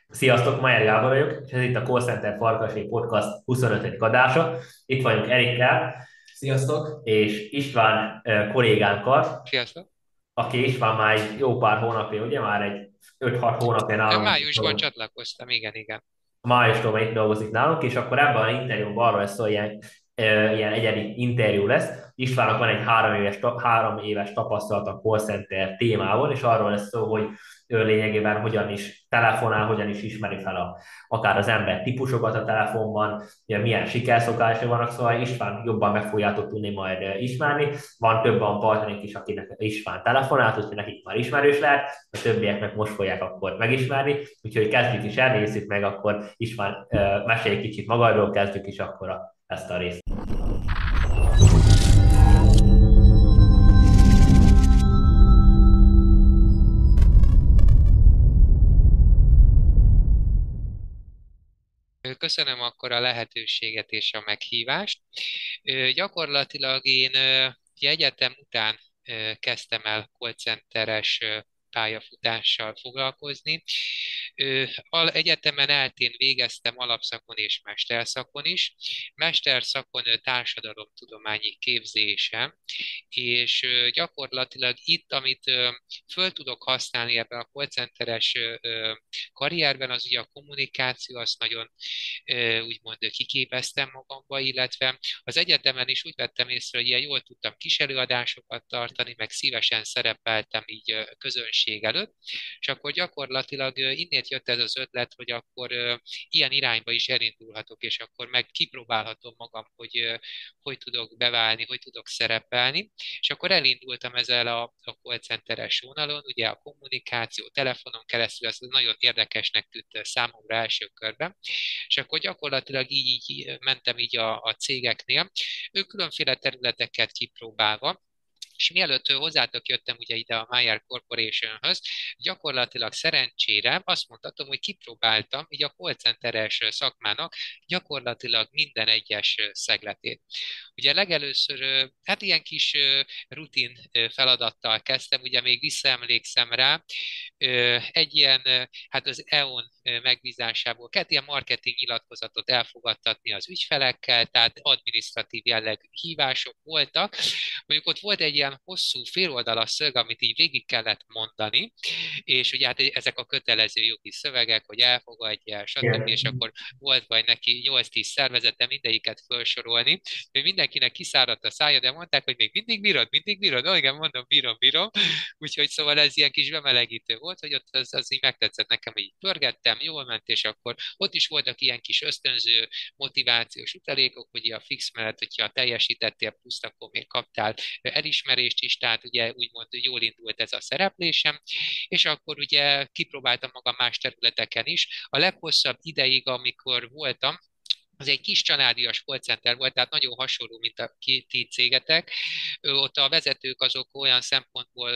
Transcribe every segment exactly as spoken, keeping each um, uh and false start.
Sziasztok, Majer Gábor vagyok, és ez itt a Call Center Farkasé Podcast huszonötödik adása. Itt vagyunk Erikkel. Sziasztok! És István eh, kollégánkkal, Sziasztok! aki István már egy jó pár hónapja, ugye már egy öt-hat hónapja nálunk Májusban dolgozik. csatlakoztam, igen, igen. Májustól már itt dolgozik nálunk, és akkor ebben a interjúban arról lesz szó, hogy ilyen, eh, ilyen egyedi interjú lesz. Istvánnak van egy három éves, ta- három éves tapasztalat a call center témával, és arról lesz szó, hogy ő lényegében hogyan is telefonál, hogyan is ismeri fel a, akár az ember típusokat a telefonban, ugye milyen sikerszokásai vannak, szóval István jobban meg fogjátok tudni majd eh, ismerni. Van több a partnerünk is, akinek István telefonált, úgyhogy nekik már ismerős lehet, a többieknek most fogják akkor megismerni, úgyhogy kezdjük is el, nézzük meg, akkor István eh, mesélj egy kicsit magadról, kezdjük is akkor a, ezt a részt. Köszönöm akkor a lehetőséget és a meghívást. Ö, Gyakorlatilag én ö, ugye egyetem után ö, kezdtem el call centeres ö, pályafutással foglalkozni. Ö, al- Egyetemen eltén végeztem alapszakon és mesterszakon is. Mesterszakon ö, társadalomtudományi képzésem, és ö, gyakorlatilag itt, amit ö, föl tudok használni ebben a call centeres ö, ö, karrierben, az ugye a kommunikáció, azt nagyon ö, úgymond kiképeztem magamba, illetve az egyetemen is úgy vettem észre, hogy ilyen jól tudtam kis előadásokat tartani, meg szívesen szerepeltem így ö, közönség előtt, és akkor gyakorlatilag ö, innét jött ez az ötlet, hogy akkor ö, ilyen irányba is elindulhatok, és akkor meg kipróbálhatom magam, hogy ö, hogy tudok beválni, hogy tudok szerepelni, és akkor elindultam ezzel a, a call centeres vonalon, ugye a kommunikáció telefonon keresztül, ez nagyon érdekesnek tűnt számomra első körben, és akkor gyakorlatilag így, így mentem így a, a cégeknél, ők különféle területeket kipróbálva, és mielőtt hozzátok jöttem ugye ide a Mayer Corporationhöz, gyakorlatilag szerencsére azt mondhatom, hogy kipróbáltam így a call centeres szakmának gyakorlatilag minden egyes szegletét. Ugye legelőször, hát ilyen kis rutin feladattal kezdtem, ugye még visszaemlékszem rá, egy ilyen, hát az e on megbízásából kellett ilyen marketing nyilatkozatot elfogadtatni az ügyfelekkel, tehát adminisztratív jellegű hívások voltak. Mondjuk ott volt egy ilyen hosszú féloldalas szöveg, amit így végig kellett mondani, és ugye hát ezek a kötelező jogi szövegek, hogy elfogadja, stb. És Igen. akkor volt vagy neki nyolc-tíz szervezete mindegyiket felsorolni, hogy mindenkinek kiszáradt a szája, de mondták, hogy még mindig bírod, mindig bírod, oh, igen, mondom, bírom, bírom. Úgyhogy szóval ez ilyen kis bemelegítő volt, hogy ott az, az így megtetszett nekem, hogy így pörgettem, jól ment, és akkor ott is voltak ilyen kis ösztönző, motivációs utalékok, hogy a fix mellett, hogyha teljesítettél pluszt, akkor még kaptál elismerést is, tehát ugye úgymond jól indult ez a szereplésem, és akkor ugye kipróbáltam magam más területeken is. A leghosszabb ideig, amikor voltam, az egy kis családias call center volt, tehát nagyon hasonló, mint a ti cégetek. Ott a vezetők azok olyan szempontból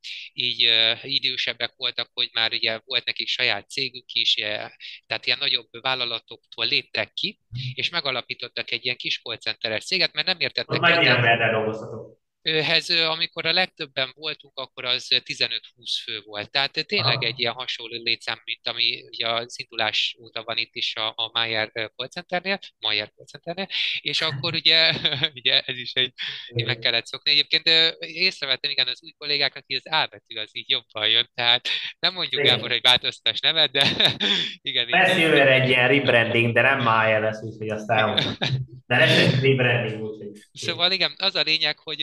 így idősebbek voltak, hogy már ugye volt nekik saját cégük is, tehát ilyen nagyobb vállalatoktól léptek ki, és megalapítottak egy ilyen kis call centeres céget, mert nem Ott értettek mennyi egyet. emberrel dolgoztatok? Őhez, amikor a legtöbben voltunk, akkor az tizenöt-húsz fő volt. Tehát tényleg egy Aha. ilyen hasonló létszám, mint ami ugye a szindulás óta van itt is a, a Mayer call centernél, Mayer call centernél, és akkor ugye, ugye ez is egy, így meg kellett szokni. Egyébként észrevettem, igen, az új kollégáknak, hogy az A betű az így jobban jön, tehát nem mondjuk Gábor, Igen. hogy változtass nevet, de igen, így, Lesz jövőre egy ilyen rebranding, de nem mája lesz, úgyhogy azt elmondom. igen. De lesz egy rebranding, úgyhogy Szóval igen, az a lényeg, hogy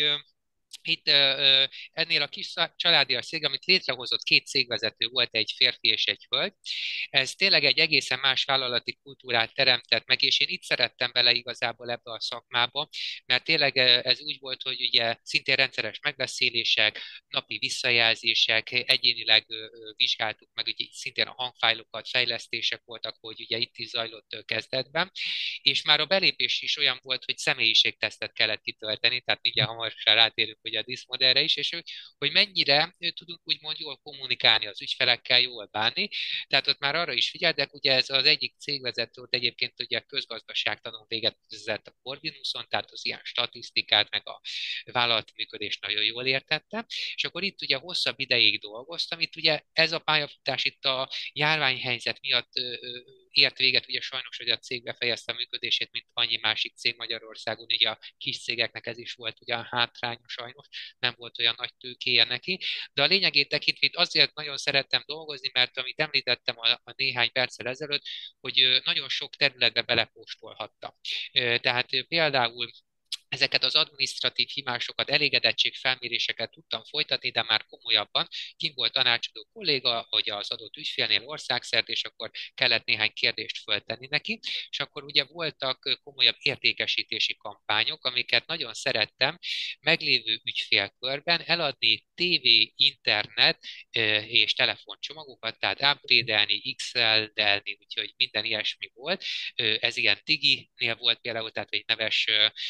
itt ö, ennél a kis családias cég, amit létrehozott, két cégvezető volt, egy férfi és egy hölgy. Ez tényleg egy egészen más vállalati kultúrát teremtett meg, és én itt szerettem bele igazából ebbe a szakmába, mert tényleg ez úgy volt, hogy ugye szintén rendszeres megbeszélések, napi visszajelzések, egyénileg ö, vizsgáltuk meg, ugye szintén a hangfájlokat, fejlesztések voltak, hogy ugye itt is zajlott kezdetben, és már a belépés is olyan volt, hogy személyiségtesztet kellett kitölteni, tehát mindjárt hamarosan rátérünk, hogy ugye a diszmodellre is, és hogy, hogy mennyire tudunk úgymond jól kommunikálni az ügyfelekkel, jól bánni. Tehát ott már arra is figyeltek, ugye ez az egyik cégvezető ott egyébként ugye közgazdaságtanon végezett a Corvinuson, tehát az ilyen statisztikát, meg a vállalati működést nagyon jól értette, és akkor itt ugye hosszabb ideig dolgoztam, itt ugye ez a pályafutás itt a járványhelyzet miatt ért véget, ugye sajnos, hogy a cég befejezte a működését, mint annyi másik cég Magyarországon, ugye a kis cégeknek ez is volt ugye a hátránya sajnos, nem volt olyan nagy tőkéje neki, de a lényegét tekintve itt azért nagyon szerettem dolgozni, mert amit említettem a, a néhány perccel ezelőtt, hogy nagyon sok területbe belepóstolhattam. Tehát például ezeket az adminisztratív hibásokat, elégedettségfelméréseket tudtam folytatni, de már komolyabban. Kim volt tanácsadó kolléga, hogy az adott ügyfélnél országszerte, és akkor kellett néhány kérdést föltenni neki, és akkor ugye voltak komolyabb értékesítési kampányok, amiket nagyon szerettem meglévő ügyfélkörben eladni tévé, internet és telefoncsomagokat, tehát upgrade-elni, iksz el-delni, úgyhogy minden ilyesmi volt. Ez ilyen Digi-nél volt például, tehát egy neves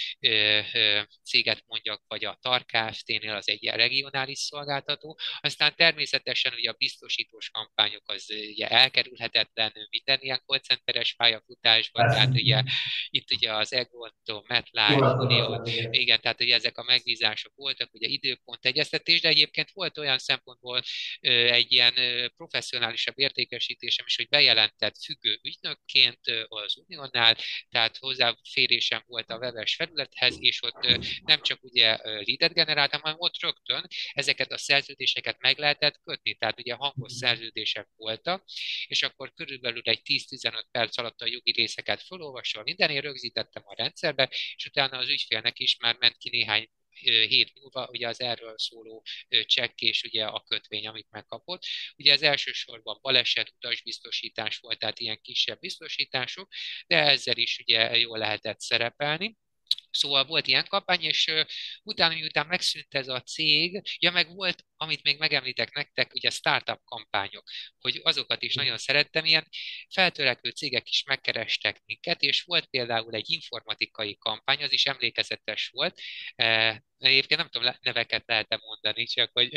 céget mondjak, vagy a TAR Kft-nél az egy ilyen regionális szolgáltató. Aztán természetesen ugye a biztosítós kampányok az ugye elkerülhetetlen minden ilyen callcenteres pályafutásban, tehát Persze. ugye itt ugye az Egonto, MetLife, Unió, Hivatkozhatatlan, igen. igen, tehát ugye ezek a megbízások voltak, ugye időpont egyeztetés, de egyébként volt olyan szempontból egy ilyen professzionálisabb értékesítésem is, hogy bejelentett függő ügynökként az Uniónál, tehát hozzáférésem volt a webes felülethez, és ott nem csak ugye leadet generáltam, hanem ott rögtön ezeket a szerződéseket meg lehetett kötni, tehát ugye hangos szerződések voltak, és akkor körülbelül egy tíz-tizenöt perc alatt a jogi részeket felolvasva mindenért rögzítettem a rendszerbe, és utána az ügyfélnek is már ment ki néhány hét múlva ugye az erről szóló csekk és ugye a kötvény, amit megkapott. Ugye ez elsősorban baleset, utasbiztosítás volt, tehát ilyen kisebb biztosítások, de ezzel is ugye jól lehetett szerepelni. Szóval volt ilyen kampány, és uh, utána, miután megszűnt ez a cég, ja, meg volt, amit még megemlítek nektek, ugye startup kampányok, hogy azokat is nagyon szerettem, ilyen feltörekvő cégek is megkerestek minket, és volt például egy informatikai kampány, az is emlékezetes volt. Uh, egyébként nem tudom, neveket lehet-e mondani, csak hogy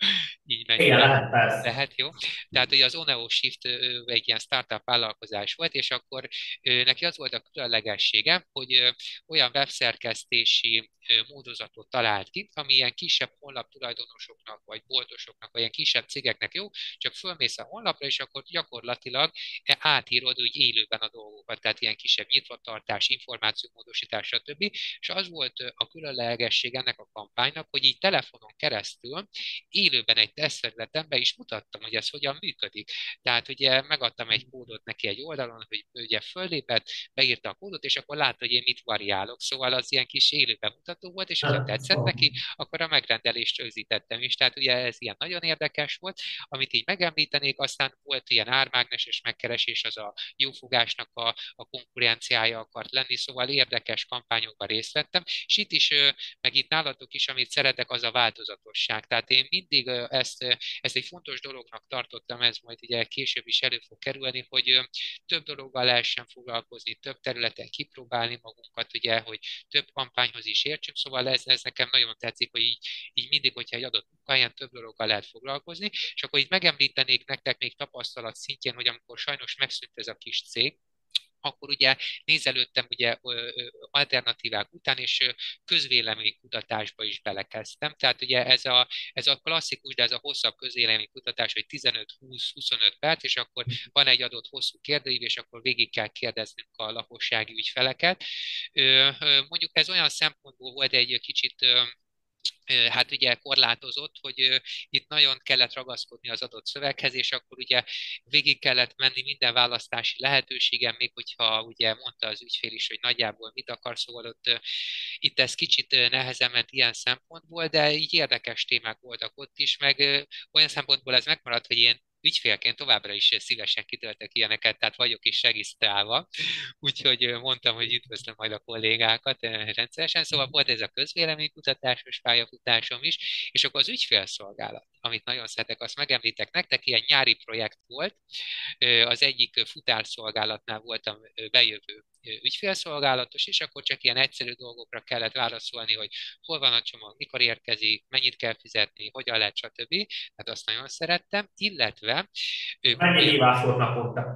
így Igen, mennyire lehet, persze. lehet, jó? Tehát ugye az Oneo Shift egy ilyen startup vállalkozás volt, és akkor neki az volt a különlegessége, hogy olyan webszerkesztési módozatot talált ki, ami ilyen kisebb honlap tulajdonosoknak, vagy boltosoknak, vagy ilyen kisebb cégeknek jó, csak fölmész a honlapra, és akkor gyakorlatilag átírod úgy élőben a dolgokat, tehát ilyen kisebb nyitvatartás, információmódosítás, stb. És az volt a különlegesség ennek a kampánynak, hogy így telefonon keresztül élőben egy tesztfelületen be is mutattam, hogy ez hogyan működik. Tehát ugye megadtam egy kódot neki egy oldalon, hogy ugye föllépett, beírta a kódot, és akkor látta, hogy én mit variálok. Szóval az ilyen kis élő bemutató volt, és hogyha Hát, tetszett ó, neki, akkor a megrendelést rögzítettem is. Tehát ugye ez ilyen nagyon érdekes volt, amit így megemlítenék, aztán volt ilyen ármágneses megkeresés, az a jófogásnak a, a konkurenciája akart lenni, szóval érdekes kampányokban részt vettem, és itt is, meg itt nálatok is, amit szeretek, az a változatosság. Tehát én mindig ezt, ezt egy fontos dolognak tartottam, ez majd ugye később is elő fog kerülni, hogy több dologgal lehessen foglalkozni, több területen kipróbálni magunkat, ugye, hogy több kampányhoz is értsünk, szóval ez, ez nekem nagyon tetszik, hogy így, így mindig, hogyha egy adott munkahelyen több dologgal lehet foglalkozni, és akkor itt megemlítenék nektek még tapasztalat szintjén, hogy amikor sajnos megszűnt ez a kis cég, akkor ugye nézelődtem ugye alternatívák után, és közvéleménykutatásba is belekezdtem. Tehát ugye ez a, ez a klasszikus, de ez a hosszabb közvéleménykutatás, hogy tizenöt-húsz-huszonöt perc, és akkor van egy adott hosszú kérdőív, és akkor végig kell kérdeznünk a lakossági ügyfeleket. Mondjuk ez olyan szempontból volt egy kicsit hát ugye korlátozott, hogy itt nagyon kellett ragaszkodni az adott szöveghez, és akkor ugye végig kellett menni minden választási lehetőségem, még hogyha ugye mondta az ügyfél is, hogy nagyjából mit akar, szóval ott itt ez kicsit nehezen ment ilyen szempontból, de így érdekes témák voltak ott is, meg olyan szempontból ez megmaradt, hogy én ügyfélként továbbra is szívesen kitöltök ilyeneket, tehát vagyok is regisztrálva, úgyhogy mondtam, hogy üdvözlöm majd a kollégákat rendszeresen, szóval volt ez a közvéleménykutatásos pályafutásom is, és akkor az ügyfélszolgálat, amit nagyon szeretek, azt megemlítek nektek, ilyen nyári projekt volt, az egyik futárszolgálatnál voltam bejövő ügyfélszolgálatos, és akkor csak ilyen egyszerű dolgokra kellett válaszolni, hogy hol van a csomag, mikor érkezik, mennyit kell fizetni, hogyan lehet, stb. Tehát azt nagyon szerettem, illetve Mennyi komolyabb. hívás volt naponta?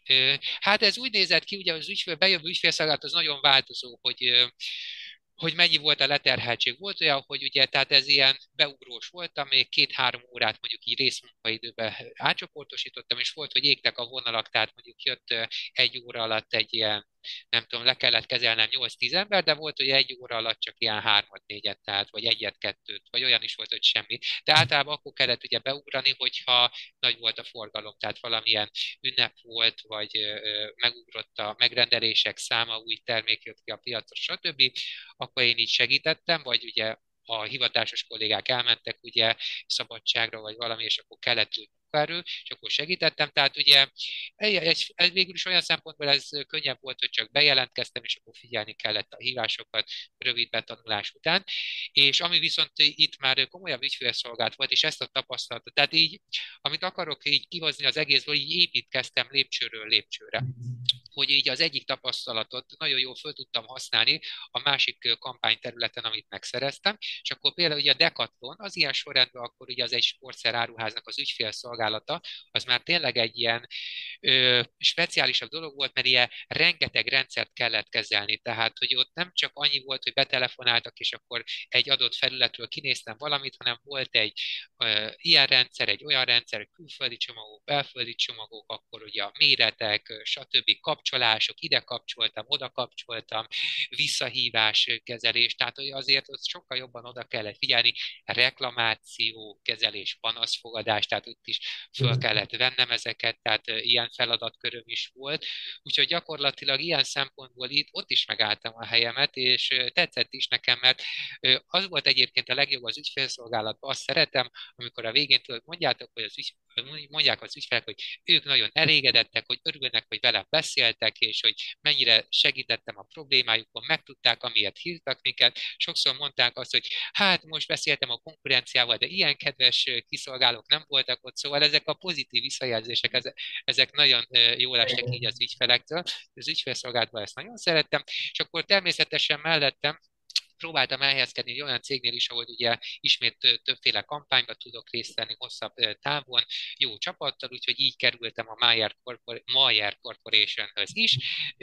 Hát ez úgy nézett ki, ugye az ügyfél, bejövő ügyfélszolgálat az nagyon változó, hogy hogy mennyi volt a leterheltség. Volt olyan, hogy ugye, tehát ez ilyen beugrós voltam, még két-három órát mondjuk így részmunkaidőbe átcsoportosítottam, és volt, hogy égtek a vonalak, tehát mondjuk jött egy óra alatt egy ilyen, nem tudom, le kellett kezelnem nyolc-tíz ember, de volt, hogy egy óra alatt csak ilyen hármat-négyet, tehát, vagy egyet-kettőt, vagy olyan is volt, hogy semmit. De általában akkor kellett ugye beugrani, hogyha nagy volt a forgalom, tehát valamilyen ünnep volt, vagy megugrott a megrendelések száma, új termék jött ki a piacra, stb., akkor én így segítettem, vagy ugye a hivatásos kollégák elmentek ugye szabadságra, vagy valami, és akkor kellett úgy munkaerő, és akkor segítettem. Tehát ugye ez, ez végül is olyan szempontból ez könnyebb volt, hogy csak bejelentkeztem, és akkor figyelni kellett a hívásokat rövid betanulás után. És ami viszont itt már komolyabb ügyfélszolgálat volt, és ezt a tapasztalatot, tehát így, amit akarok így kihozni az egészből, így építkeztem lépcsőről lépcsőre, hogy így az egyik tapasztalatot nagyon jól föl tudtam használni a másik kampányterületen, amit megszereztem, és akkor például ugye a Decathlon, az ilyen sorrendben akkor ugye az egy sportszer áruháznak az ügyfélszolgálata, az már tényleg egy ilyen ö, speciálisabb dolog volt, mert ilyen rengeteg rendszert kellett kezelni, tehát hogy ott nem csak annyi volt, hogy betelefonáltak, és akkor egy adott felületről kinéztem valamit, hanem volt egy ö, ilyen rendszer, egy olyan rendszer, külföldi csomagok, belföldi csomagok, akkor ugye a méretek, stb. Kapcsolások, ide kapcsoltam, oda kapcsoltam, visszahívás kezelés, tehát hogy azért ott sokkal jobban oda kellett figyelni, reklamáció, kezelés, panaszfogadás, tehát ott is föl kellett vennem ezeket, tehát ilyen feladatköröm is volt, úgyhogy gyakorlatilag ilyen szempontból itt ott is megálltam a helyemet, és tetszett is nekem, mert az volt egyébként a legjobb az ügyfélszolgálatban, azt szeretem, amikor a végén tudod, mondjátok, hogy az ügy, mondják az ügyfelek, hogy ők nagyon elégedettek, hogy örülnek, hogy velem beszéltek, és hogy mennyire segítettem a problémájukon, megtudták, amiért hívtak minket. Sokszor mondták azt, hogy hát most beszéltem a konkurenciával, de ilyen kedves kiszolgálók nem voltak ott, szóval ezek a pozitív visszajelzések, ezek, ezek nagyon jól estek így az ügyfelektől. Az ügyfélszolgálatban ezt nagyon szerettem, és akkor természetesen mellettem próbáltam elhelyezkedni egy olyan cégnél is, ahol ugye ismét többféle kampányba tudok részt venni hosszabb távon, jó csapattal, úgyhogy így kerültem a Mayer, Corpor- Mayer Corporationhöz is.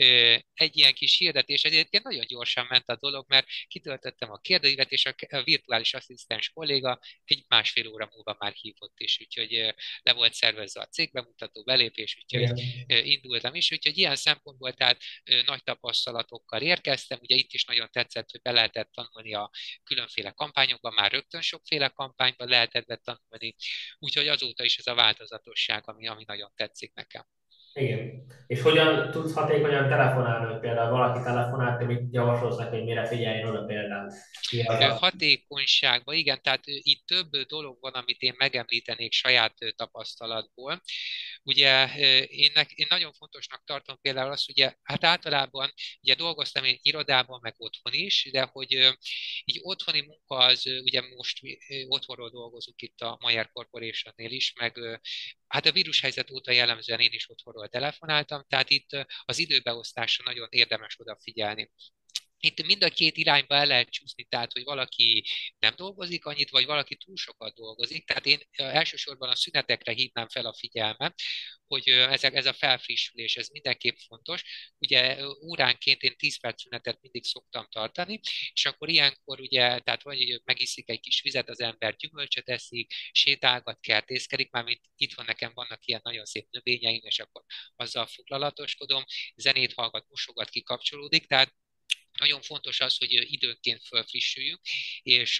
Egy ilyen kis hirdetés, egyébként nagyon gyorsan ment a dolog, mert kitöltöttem a kérdőívet, és a virtuális asszisztens kolléga egy másfél óra múlva már hívott is, úgyhogy le volt szervezve a cégbemutató belépés, úgyhogy Igen. indultam is, úgyhogy ilyen szempontból tehát nagy tapasztalatokkal érkeztem, ugye itt is nagyon tetszett, hogy be lehetett tanulni a különféle kampányokban, már rögtön sokféle kampányban lehetett betanulni, úgyhogy azóta is ez a változatosság, ami, ami nagyon tetszik nekem. Igen. És hogyan tudsz hatékonyan telefonálni, hogy például valaki telefonált, te mit javasolsz neki, hogy mire figyeljen oda például? Mi az a... Hatékonyságban, igen, tehát itt több dolog van, amit én megemlítenék saját tapasztalatból. Ugye én, én nagyon fontosnak tartom például azt, ugye, hát általában ugye dolgoztam én irodában, meg otthon is, de hogy így otthoni munka az, ugye most otthonról dolgozunk itt a Mayer Corporationnél is, meg hát a vírushelyzet óta jellemzően én is otthonról telefonáltam, tehát itt az időbeosztásra nagyon érdemes odafigyelni. Itt mind a két irányba el lehet csúszni, tehát hogy valaki nem dolgozik annyit, vagy valaki túl sokat dolgozik. Tehát én elsősorban a szünetekre hívnám fel a figyelmet, hogy ezek, ez a felfrissülés, ez mindenképp fontos. Ugye óránként én tíz perc szünetet mindig szoktam tartani, és akkor ilyenkor ugye, tehát vagy megiszik egy kis vizet az ember, gyümölcsöt eszik, sétálgat, kertészkedik, mármint itthon nekem vannak ilyen nagyon szép növényeim, és akkor azzal foglalatoskodom, zenét hallgat, mosogat, kikapcsolódik, tehát nagyon fontos az, hogy időnként fölfrissüljünk, és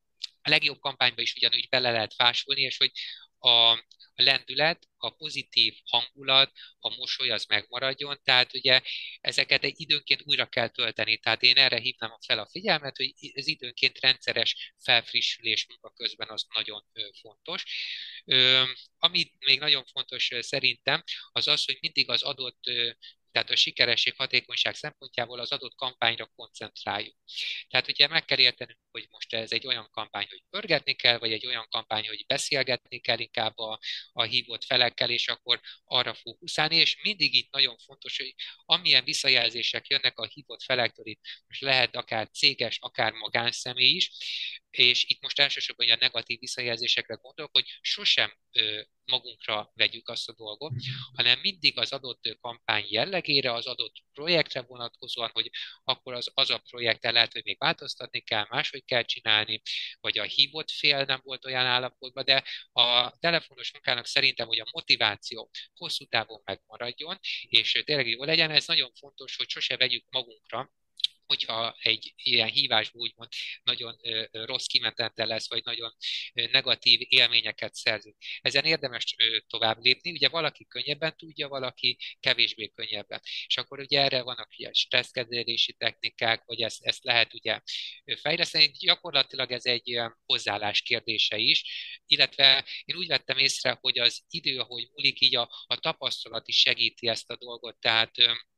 a legjobb kampányba is ugyanúgy bele lehet fásulni, és hogy a lendület, a pozitív hangulat, a mosoly az megmaradjon, tehát ugye ezeket egy időnként újra kell tölteni, tehát én erre hívnám fel a figyelmet, hogy ez időnként rendszeres felfrissülés munka közben az nagyon fontos. Ami még nagyon fontos szerintem, az az, hogy mindig az adott Tehát a sikeresség, hatékonyság szempontjából az adott kampányra koncentráljuk. Tehát ugye meg kell értenünk, hogy most ez egy olyan kampány, hogy pörgetni kell, vagy egy olyan kampány, hogy beszélgetni kell inkább a, a hívott felekkel, és akkor arra fókuszálni, és mindig itt nagyon fontos, hogy amilyen visszajelzések jönnek a hívott felektől, itt most lehet akár céges, akár magánszemély is, és itt most elsősorban a negatív visszajelzésekre gondolok, hogy sosem ö, magunkra vegyük azt a dolgot, hanem mindig az adott kampány jellegére, az adott projektre vonatkozóan, hogy akkor az, az a projekten lehet, hogy még változtatni kell, máshogy kell csinálni, vagy a hívott fél nem volt olyan állapotban, de a telefonos munkának szerintem, hogy a motiváció hosszú távon megmaradjon, és tényleg jó legyen, ez nagyon fontos, hogy sose vegyük magunkra, hogyha egy ilyen hívásból úgymond nagyon rossz kimenetele lesz, vagy nagyon negatív élményeket szerzünk. Ezen érdemes tovább lépni. Ugye valaki könnyebben tudja, valaki kevésbé könnyebben. És akkor ugye erre vannak ugye stresszkezelési technikák, vagy ezt, ezt lehet ugye fejleszteni. Gyakorlatilag ez egy hozzáállás kérdése is, illetve én úgy vettem észre, hogy az idő, ahogy múlik, így a, a tapasztalat is segíti ezt a dolgot. Tehát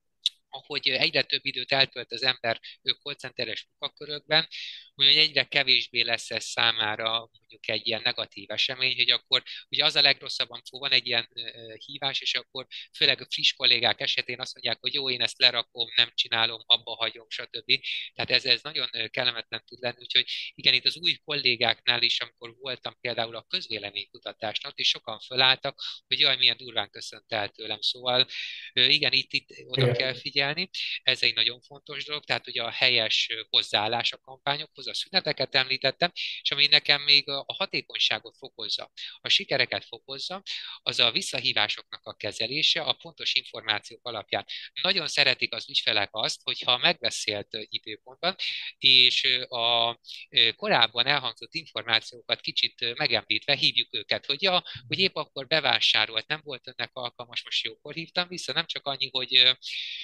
ahogy egyre több időt eltölt az ember call centeres munkakörökben, hogy egyre kevésbé lesz ez számára mondjuk egy ilyen negatív esemény, hogy akkor ugye az a legrosszabb, amikor van egy ilyen hívás, és akkor főleg a friss kollégák esetén azt mondják, hogy jó, én ezt lerakom, nem csinálom, abba hagyom, stb. Tehát ez, ez nagyon kellemetlen tud lenni, úgyhogy igen, itt az új kollégáknál is, amikor voltam például a közvéleménykutatásnak, és sokan fölálltak, hogy jaj, milyen durván köszönt el tőlem. Szóval igen, itt, itt oda kell Igen. figyelni, ez egy nagyon fontos dolog, tehát ugye a helyes hozzáállás a kampányokhoz, a szüneteket említettem, és ami nekem még a hatékonyságot fokozza, a sikereket fokozza, az a visszahívásoknak a kezelése a pontos információk alapján. Nagyon szeretik az ügyfelek azt, hogyha a megbeszélt időpontban, és a korábban elhangzott információkat kicsit megemlítve hívjuk őket, hogy ja, hogy épp akkor bevásárolt, nem volt önnek alkalmas, most jókor hívtam vissza, nem csak annyi, hogy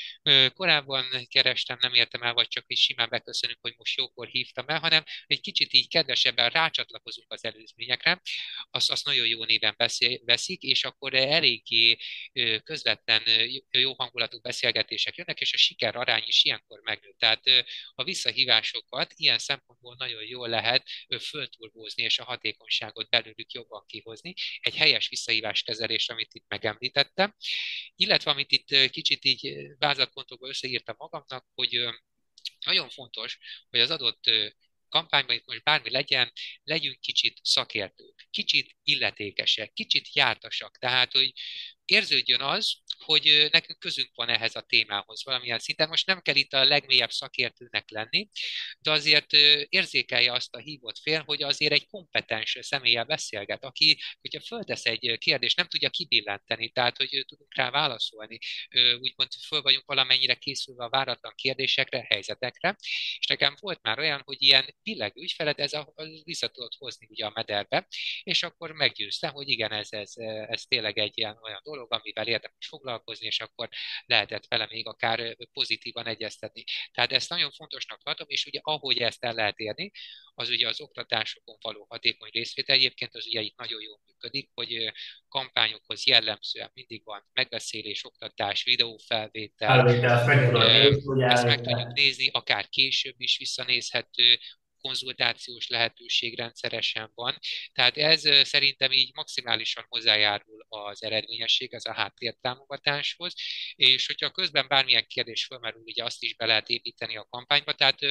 korábban kerestem, nem értem el, vagy csak is simán beköszönünk, hogy most jókor hívtam el, hanem egy kicsit így kedvesebben rácsatlakozunk az előzményekre, azt, azt nagyon jó néven beszél, veszik, és akkor eléggé közvetlen jó hangulatú beszélgetések jönnek, és a siker arány is ilyenkor megnő. Tehát a visszahívásokat ilyen szempontból nagyon jól lehet fölturbózni, és a hatékonyságot belőlük jobban kihozni. Egy helyes visszahívás kezelés, amit itt megemlítettem, illetve amit itt kicsit így vázlatpontokba összeírtam magamnak, hogy nagyon fontos, hogy az adott kampányban, itt most bármi legyen, legyünk kicsit szakértők, kicsit illetékesek, kicsit jártasak. Tehát, hogy érződjön az, hogy nekünk közünk van ehhez a témához valamilyen szinten. Most nem kell itt a legmélyebb szakértőnek lenni, de azért érzékelje azt a hívott fél, hogy azért egy kompetens személlyel beszélget, aki, hogyha föltesz egy kérdést, nem tudja kibillenteni, tehát hogy tudunk rá válaszolni. Úgymond föl vagyunk valamennyire készülve a váratlan kérdésekre, helyzetekre, és nekem volt már olyan, hogy ilyen billegő ügyfelet ez a, az vissza tudott hozni ugye a mederbe, és akkor meggyőztem, hogy igen, ez, ez, ez tényleg egy ilyen olyan dolog, amivel érdemes foglalkozni, és akkor lehetett vele még akár pozitívan egyeztetni. Tehát ezt nagyon fontosnak tartom, és ugye ahogy ezt el lehet érni, az ugye az oktatásokon való hatékony részvétel. Egyébként az ugye itt nagyon jól működik, hogy kampányokhoz jellemzően mindig van megbeszélés, oktatás, videófelvétel, Felvétel, azt meg tudod nézni, hogy ezt meg tudjuk előtte. nézni, akár később is visszanézhető, konzultációs lehetőség rendszeresen van. Tehát ez szerintem így maximálisan hozzájárul az eredményességhez, a háttértámogatáshoz, és hogyha közben bármilyen kérdés fölmerül, ugye azt is be lehet építeni a kampányba, tehát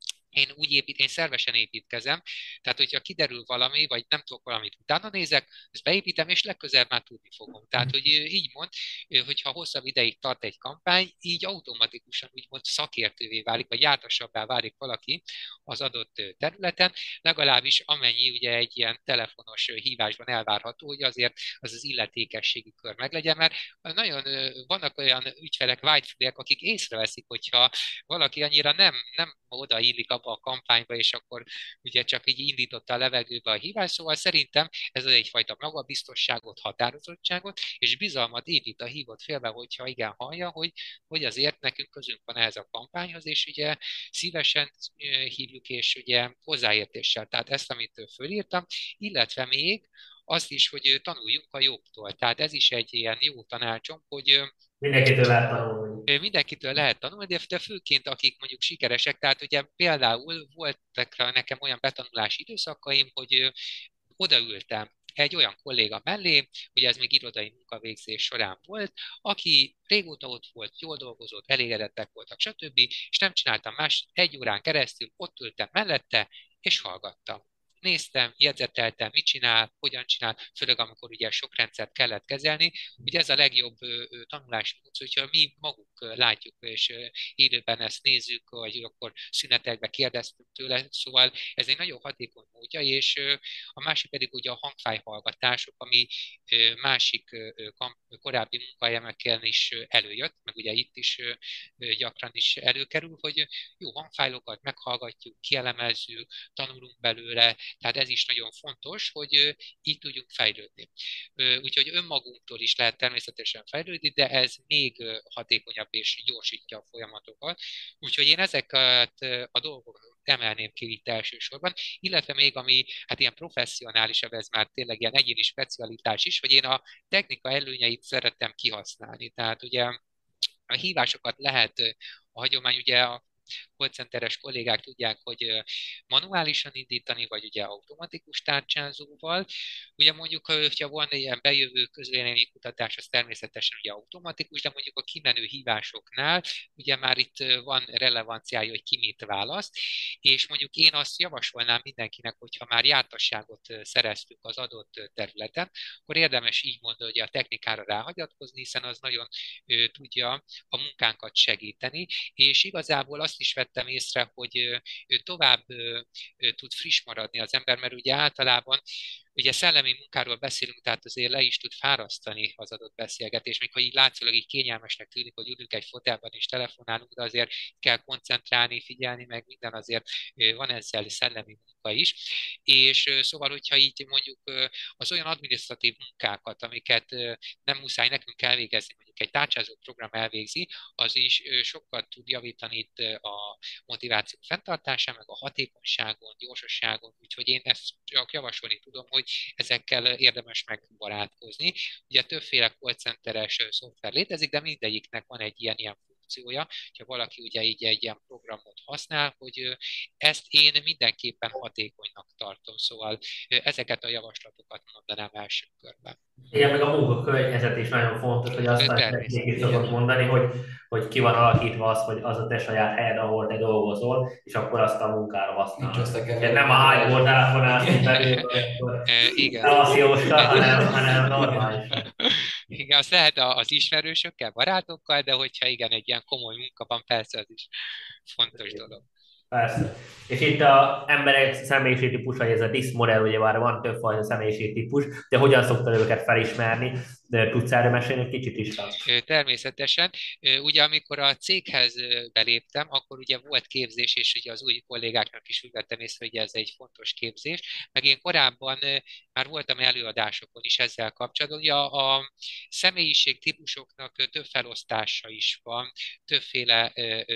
én úgy épít, én szervesen építkezem, tehát hogyha kiderül valami, vagy nem tudok valamit, utána nézek, ezt beépítem, és legközelebb már tudni fogom. Tehát, hogy így mond, hogyha hosszabb ideig tart egy kampány, így automatikusan úgymond szakértővé válik, vagy jártasabbá válik valaki az adott területen, legalábbis amennyi ugye egy ilyen telefonos hívásban elvárható, hogy azért az az illetékességi kör meglegyen, mert nagyon vannak olyan ügyfelek, vágyfülek, akik észreveszik, hogyha valaki annyira nem, nem odaillik abba a kampányba, és akkor ugye csak így indította a levegőbe a hívás, szóval szerintem ez az egyfajta magabiztosságot, határozottságot, és bizalmat épít a hívott félbe, hogyha igen hallja, hogy, hogy azért nekünk közünk van ehhez a kampányhoz, és ugye szívesen hívjuk, és ugye hozzáértéssel. Tehát ezt, amit fölírtam, illetve még azt is, hogy tanuljunk a jobbtól. Tehát ez is egy ilyen jó tanácsom, hogy Mindenkitől lehet tanulni. mindenkitől lehet tanulni, de de főként akik mondjuk sikeresek, tehát ugye például voltak nekem olyan betanulási időszakaim, hogy odaültem egy olyan kolléga mellé, ugye ez még irodai munkavégzés során volt, aki régóta ott volt, jól dolgozott, elégedettek voltak, stb. És nem csináltam más, egy órán keresztül ott ültem mellette, és hallgattam. Néztem, jegyzeteltem, mit csinál, hogyan csinál, főleg amikor ugye sok rendszert kellett kezelni. Ugye ez a legjobb ö, ö, tanulási módszer, hogyha mi magunk ö, látjuk, és ö, élőben ezt nézzük, vagy akkor szünetekben kérdeztünk tőle, szóval ez egy nagyon hatékony módja, és ö, a másik pedig ugye a hangfájhallgatások, ami ö, másik ö, kam- korábbi munkahelyemeken is ö, előjött, meg ugye itt is ö, ö, gyakran is előkerül, hogy jó hangfájlokat meghallgatjuk, kielemezzük, tanulunk belőle, tehát ez is nagyon fontos, hogy így tudjunk fejlődni. Úgyhogy önmagunktól is lehet természetesen fejlődni, de ez még hatékonyabb és gyorsítja a folyamatokat. Úgyhogy én ezeket a dolgokat emelném ki itt elsősorban, illetve még ami hát ilyen professzionálisabb, ez már tényleg ilyen egyéni specialitás is, hogy én a technika előnyeit szerettem kihasználni. Tehát ugye a hívásokat lehet a hagyomány, ugye a callcenteres kollégák tudják, hogy manuálisan indítani, vagy ugye automatikus tárcsázóval. Ugye mondjuk, hogyha van egy ilyen bejövő közvéleménykutatás, az természetesen ugye automatikus, de mondjuk a kimenő hívásoknál ugye már itt van relevanciája, hogy ki mit választ, és mondjuk én azt javasolnám mindenkinek, hogyha már jártasságot szereztük az adott területen, akkor érdemes így mondani, hogy a technikára ráhagyatkozni, hiszen az nagyon tudja a munkánkat segíteni, és igazából azt is vettem észre, hogy tovább tud friss maradni az ember, mert ugye általában ugye szellemi munkáról beszélünk, tehát azért le is tud fárasztani az adott beszélgetés, még ha így látszólag így kényelmesnek tűnik, hogy ülünk egy fotelben és telefonálunk, de azért kell koncentrálni, figyelni, meg minden azért van ezzel szellemi munka is. És szóval, hogyha így mondjuk az olyan adminisztratív munkákat, amiket nem muszáj nekünk elvégezni, mondjuk egy tárcsázó program elvégzi, az is sokkal tud javítani itt a motiváció fenntartásán, meg a hatékonyságon, gyorsaságon, úgyhogy én ezt csak javasolni tudom, hogy ezekkel érdemes megbarátkozni. Ugye többféle callcenteres szoftver létezik, de mindegyiknek van egy ilyen, ilyen funkciója, hogyha valaki ugye így egy ilyen programot használ, hogy ezt én mindenképpen hatékonynak tartom, szóval ezeket a javaslatokat mondanám első körben. Igen, meg a munkakörnyezet is nagyon fontos, hogy azt a is Természetesen. szokott mondani, hogy, hogy ki van alakítva az, hogy az a te saját helyed, ahol te dolgozol, és akkor azt a munkára Nincs használod. Tehát összekeverve nem a a ágyból garázs. telefonálsz így Igen. belül, hogy akkor Igen. szevasz Jóska, hanem, hanem normálisan. Igen, azt lehet az ismerősökkel, barátokkal, de hogyha igen, egy ilyen komoly munka van, persze az is fontos dolog. Persze. És itt a emberek személyiségtípusai, ez a DISZ modell, ugye már van többfajta személyiségtípus, de hogyan szoktad őket felismerni? De tudsz erről mesélni egy kicsit is? Természetesen. Ugye amikor a céghez beléptem, akkor ugye volt képzés, és ugye az új kollégáknak is úgy vettem észre, hogy ez egy fontos képzés. Meg én korábban már voltam előadásokon is ezzel kapcsolatban. Ugye a, a személyiség típusoknak több felosztása is van, többféle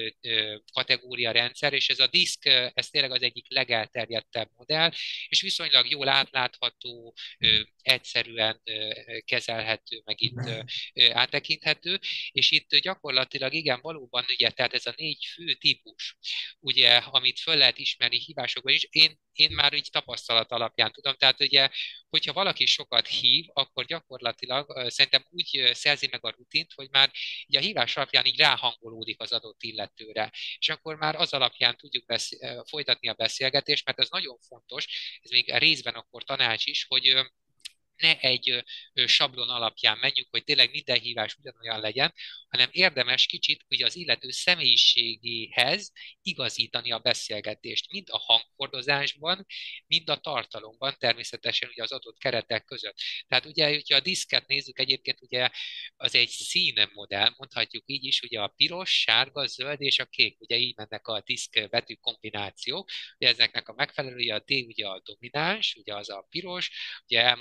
kategória rendszer, és ez a diszk, ez tényleg az egyik legelterjedtebb modell, és viszonylag jól átlátható, egyszerűen kezelhető, meg itt áttekinthető, és itt gyakorlatilag igen, valóban ugye, tehát ez a négy fő típus, ugye, amit föl lehet ismerni hívásokban is, én, én már így tapasztalat alapján tudom, tehát ugye, hogyha valaki sokat hív, akkor gyakorlatilag szerintem úgy szerzi meg a rutint, hogy már ugye a hívás alapján így ráhangolódik az adott illetőre, és akkor már az alapján tudjuk beszél, folytatni a beszélgetést, mert ez nagyon fontos, ez még részben akkor tanács is, hogy ne egy sablon alapján menjünk, hogy tényleg minden hívás ugyanolyan legyen, hanem érdemes kicsit ugye az illető személyiségéhez igazítani a beszélgetést, mind a hangfordozásban, mind a tartalomban, természetesen ugye az adott keretek között. Tehát ugye, hogyha a diszket nézzük, egyébként ugye az egy színmodell, mondhatjuk így is, ugye a piros, sárga, zöld és a kék, ugye így mennek a diszk betű kombinációk, ugye ezeknek a megfelelője a D ugye a domináns, ugye az a piros, ugye elmondjuk a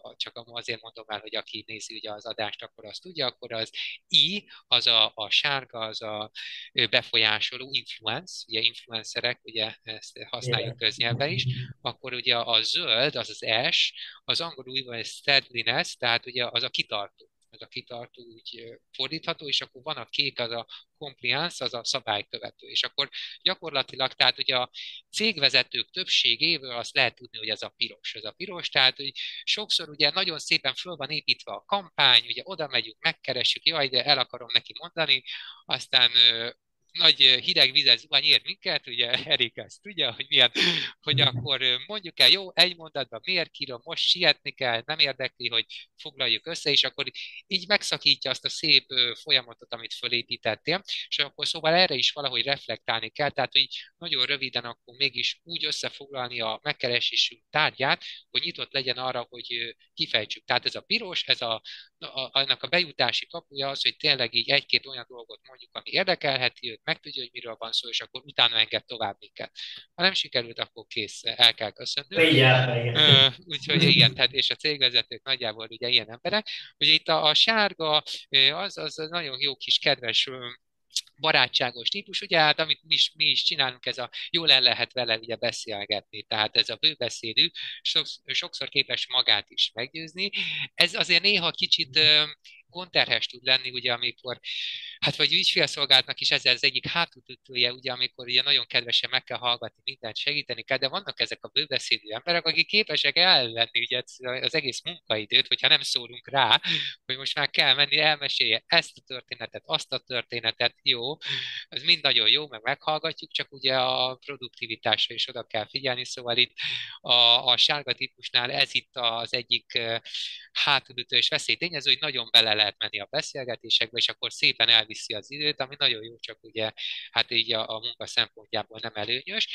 a, csak azért mondom el, hogy aki nézi ugye az adást, akkor azt tudja, akkor az I, az a, a sárga, az a befolyásoló influence, ugye influencerek, ugye ezt használjuk Igen. köznyelven is, akkor ugye a zöld, az az S, az angolul úgy van, hogy steadiness, tehát ugye az a kitartó. Ez a kitartó úgy fordítható, és akkor van a kék, az a compliance, az a szabálykövető. És akkor gyakorlatilag, tehát ugye a cégvezetők többségével azt lehet tudni, hogy ez a piros. Ez a piros, tehát hogy sokszor ugye nagyon szépen föl van építve a kampány, ugye oda megyünk, megkeressük, jaj, de el akarom neki mondani, aztán nagy hideg vizes zuhany ér minket, ugye Erik ezt tudja, hogy milyen, hogy akkor mondjuk el, jó, egy mondatban miért kírom, most sietni kell, nem érdekli, hogy foglaljuk össze, és akkor így megszakítja azt a szép folyamatot, amit fölépítettél, és akkor szóval erre is valahogy reflektálni kell, tehát hogy nagyon röviden akkor mégis úgy összefoglalni a megkeresésünk tárgyát, hogy nyitott legyen arra, hogy kifejtsük. Tehát ez a piros, ez a, a, annak a bejutási kapuja az, hogy tényleg így egy-két olyan dolgot mondjuk, ami érdekelheti őt, megtudja, hogy miről van szó, és akkor utána enged tovább minket. Ha nem sikerült, akkor kész, el kell köszönnünk. Figyelme, igen. Úgyhogy igen, tehát és a cégvezetők nagyjából ugye ilyen emberek. Ugye itt a, a sárga, az, az nagyon jó kis kedves barátságos típus, ugye hát amit mi is, mi is csinálunk, ez a jól el lehet vele ugye beszélgetni, tehát ez a bőbeszédű, sokszor, sokszor képes magát is meggyőzni. Ez azért néha kicsit gondterhes tud lenni, ugye, amikor, hát vagy ügyfélszolgálatnak is ez az egyik hátulütője, ugye, amikor ugye nagyon kedvesen meg kell hallgatni, mindent segíteni kell, de vannak ezek a bőbeszédű emberek, akik képesek elvenni ugye az egész munkaidőt, hogyha nem szólunk rá, hogy most már kell menni, elmesélje ezt a történetet, azt a történetet, jó, ez mind nagyon jó, meg meghallgatjuk, csak ugye a produktivitásra is oda kell figyelni, szóval itt a, a sárga típusnál ez itt az egyik hátulütő és veszélytényező, hogy nagyon bele lehet menni a beszélgetésekbe, és akkor szépen elviszi az időt, ami nagyon jó, csak ugye hát így a, a munka szempontjából nem előnyös.